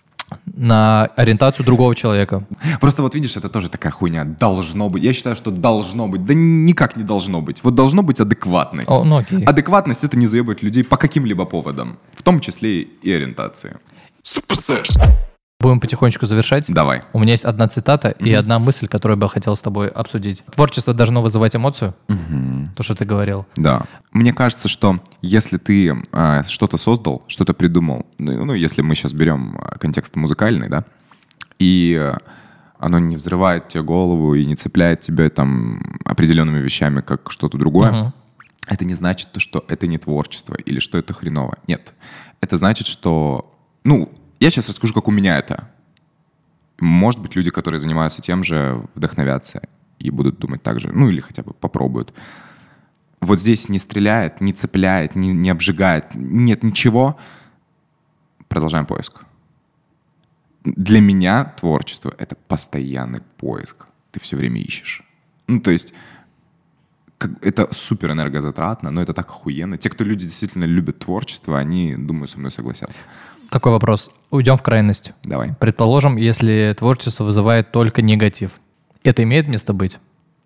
S2: на ориентацию другого человека.
S1: Просто вот видишь, это тоже такая хуйня. Должно быть. Я считаю, что должно быть. Да никак не должно быть. Вот должно быть адекватность.
S2: О, ну окей.
S1: Адекватность — это не заебывать людей по каким-либо поводам. В том числе и ориентации.
S2: Будем потихонечку завершать.
S1: Давай.
S2: У меня есть одна цитата и одна мысль, которую я бы хотел с тобой обсудить. Творчество должно вызывать эмоцию. То, что ты говорил.
S1: Да. Мне кажется, что если ты что-то создал, что-то придумал, ну, если мы сейчас берем контекст музыкальный, да, и оно не взрывает тебе голову и не цепляет тебя там определенными вещами, как что-то другое, это не значит, что это не творчество или что это хреново. Нет. Это значит, что... Ну, я сейчас расскажу, как у меня это. Может быть, люди, которые занимаются тем же, вдохновятся и будут думать так же. Ну, или хотя бы попробуют. Вот здесь не стреляет, не цепляет, не обжигает. Нет ничего. Продолжаем поиск. Для меня творчество — это постоянный поиск. Ты все время ищешь. Ну, то есть... Это супер энергозатратно, но это так охуенно. Те, кто люди действительно любят творчество, они, думаю, со мной согласятся.
S2: Такой вопрос. Уйдем в крайность.
S1: Давай.
S2: Предположим, если творчество вызывает только негатив. Это имеет место быть?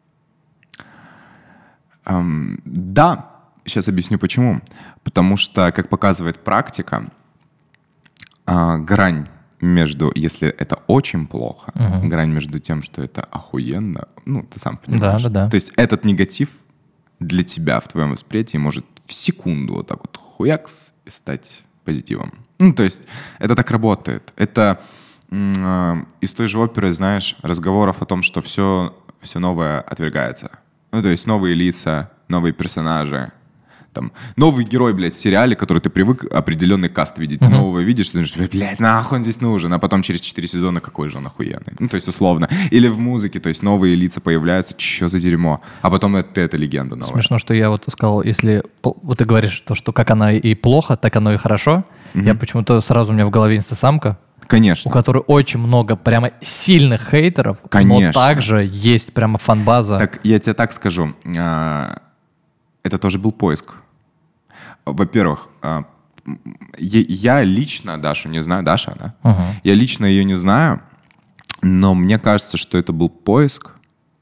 S1: Да. Сейчас объясню почему. Потому что, как показывает практика, грань между, если это очень плохо, грань между тем, что это охуенно, ну, ты сам понимаешь.
S2: Да.
S1: То есть этот негатив для тебя в твоем восприятии может в секунду вот так вот хуякс и стать позитивом. Ну, то есть это так работает. Это из той же оперы, знаешь, разговоров о том, что все новое отвергается. Ну, то есть новые лица, новые персонажи. Там, новый герой, блядь, в сериале, который ты привык определенный каст видеть. Ты нового видишь, ты думаешь, блядь, нахуй он здесь нужен. А потом через 4 сезона какой же он охуенный. Ну, то есть условно. Или в музыке, то есть новые лица появляются, что за дерьмо. А потом это легенда новая.
S2: Смешно, что я вот сказал, если вот ты говоришь то, что как она и плохо, так оно и хорошо. Я почему-то сразу у меня в голове инстасамка.
S1: Конечно.
S2: У которой очень много прямо сильных хейтеров,
S1: Конечно.
S2: но также есть прямо фан-база.
S1: Так, я тебе так скажу. Это тоже был поиск. Во-первых, я лично Дашу не знаю. Даша, да? Я лично ее не знаю, но мне кажется, что это был поиск,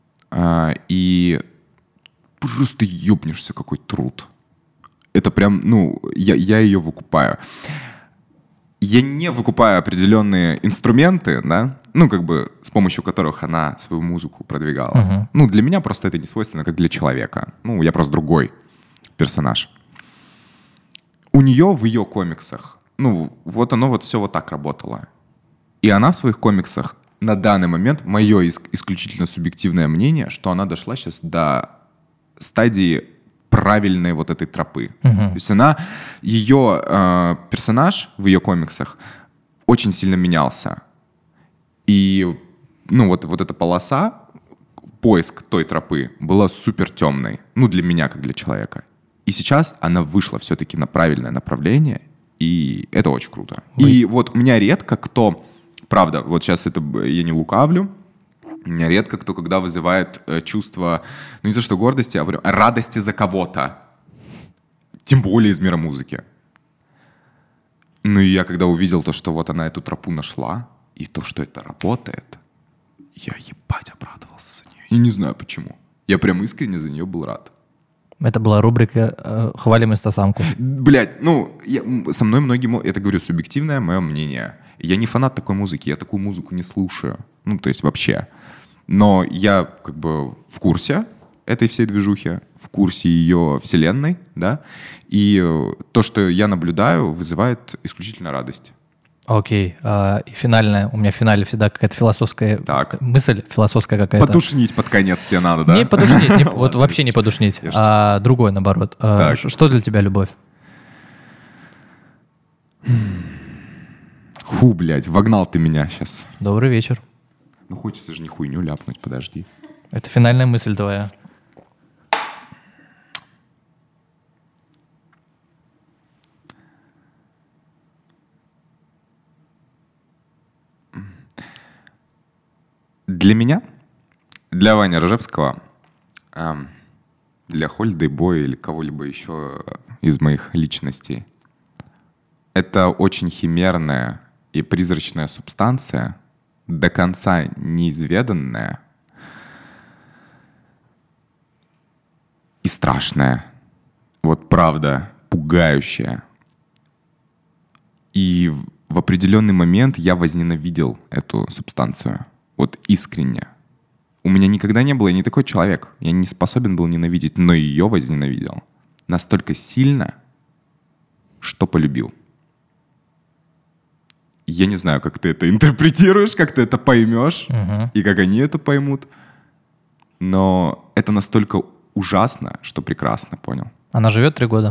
S1: и просто ёбнешься, какой труд. Это прям, ну, я ее выкупаю. Я не выкупаю определенные инструменты, да, ну, как бы, с помощью которых она свою музыку продвигала. Ну, для меня просто это не свойственно, как для человека. Ну, я просто другой персонаж. У нее в ее комиксах, ну, вот оно вот все вот так работало. И она в своих комиксах на данный момент, мое исключительно субъективное мнение, что она дошла сейчас до стадии правильной вот этой тропы. То есть ее персонаж в ее комиксах очень сильно менялся. И, ну, вот эта полоса, поиск той тропы была супер темной. Ну, для меня, как для человека. И сейчас она вышла все-таки на правильное направление, и это очень круто. И вот меня редко кто, правда, вот сейчас это я не лукавлю, меня редко кто, когда вызывает чувство, ну не то что гордости, а радости за кого-то. Тем более из мира музыки. Ну и я когда увидел то, что вот она эту тропу нашла, и то, что это работает, я ебать обрадовался за нее. И не знаю почему. Я прям искренне за нее был рад.
S2: Это была рубрика «Хвалим инстасамку».
S1: Блядь, ну, со мной многие, это, говорю, субъективное мое мнение. Я не фанат такой музыки, я такую музыку не слушаю. Ну, то есть вообще. Но я как бы в курсе этой всей движухи, в курсе ее вселенной, да, и то, что я наблюдаю, вызывает исключительно радость.
S2: Окей. И финальная. У меня в финале всегда какая-то философская мысль, философская какая-то.
S1: Подушнить под конец тебе надо, да?
S2: Не подушнить, вот вообще не подушнить, а другой наоборот. Что для тебя любовь?
S1: Ху, блядь, вогнал ты меня сейчас.
S2: Добрый вечер.
S1: Ну хочется же не хуйню ляпнуть, подожди.
S2: Это финальная мысль твоя.
S1: Для меня, для Вани Ржевского, для Holiday Boy или кого-либо еще из моих личностей, это очень химерная и призрачная субстанция, до конца неизведанная и страшная. Вот правда, пугающая. И в определенный момент я возненавидел эту субстанцию. Вот искренне. У меня никогда не было, я не такой человек. Я не способен был ненавидеть, но ее возненавидел. Настолько сильно, что полюбил. Я не знаю, как ты это интерпретируешь, как ты это поймешь, и как они это поймут. Но это настолько ужасно, что прекрасно, понял?
S2: Она живет 3 года?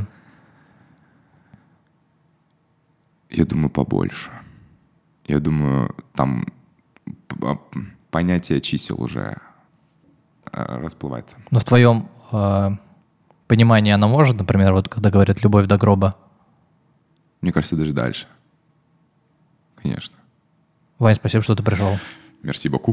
S1: Я думаю, побольше. Я думаю, там понятие чисел уже расплывается.
S2: Но в твоем понимании она может, например, вот когда говорят «любовь до гроба»?
S1: Мне кажется, даже дальше. Конечно.
S2: Вань, спасибо, что ты пришел.
S1: Мерси боку.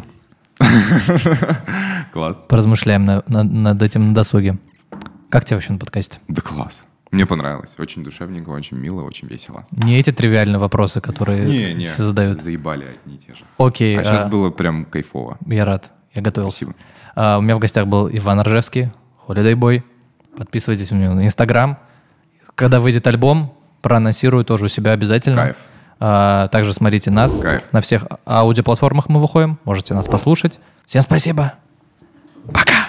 S1: Класс.
S2: Поразмышляем над этим на досуге. Как тебе вообще на подкасте?
S1: Да класс. Мне понравилось. Очень душевненько, очень мило, очень весело.
S2: Не эти тривиальные вопросы, которые все задают?
S1: Заебали одни и те же.
S2: Окей.
S1: А сейчас было прям кайфово.
S2: Я рад. Я готовился.
S1: Спасибо.
S2: У меня в гостях был Иван Ржевский, Holiday Boy. Подписывайтесь у него на Инстаграм. Когда выйдет альбом, проанонсирую тоже у себя обязательно.
S1: Кайф.
S2: Также смотрите нас.
S1: Кайф.
S2: На всех аудиоплатформах мы выходим. Можете нас послушать. Всем спасибо. Пока.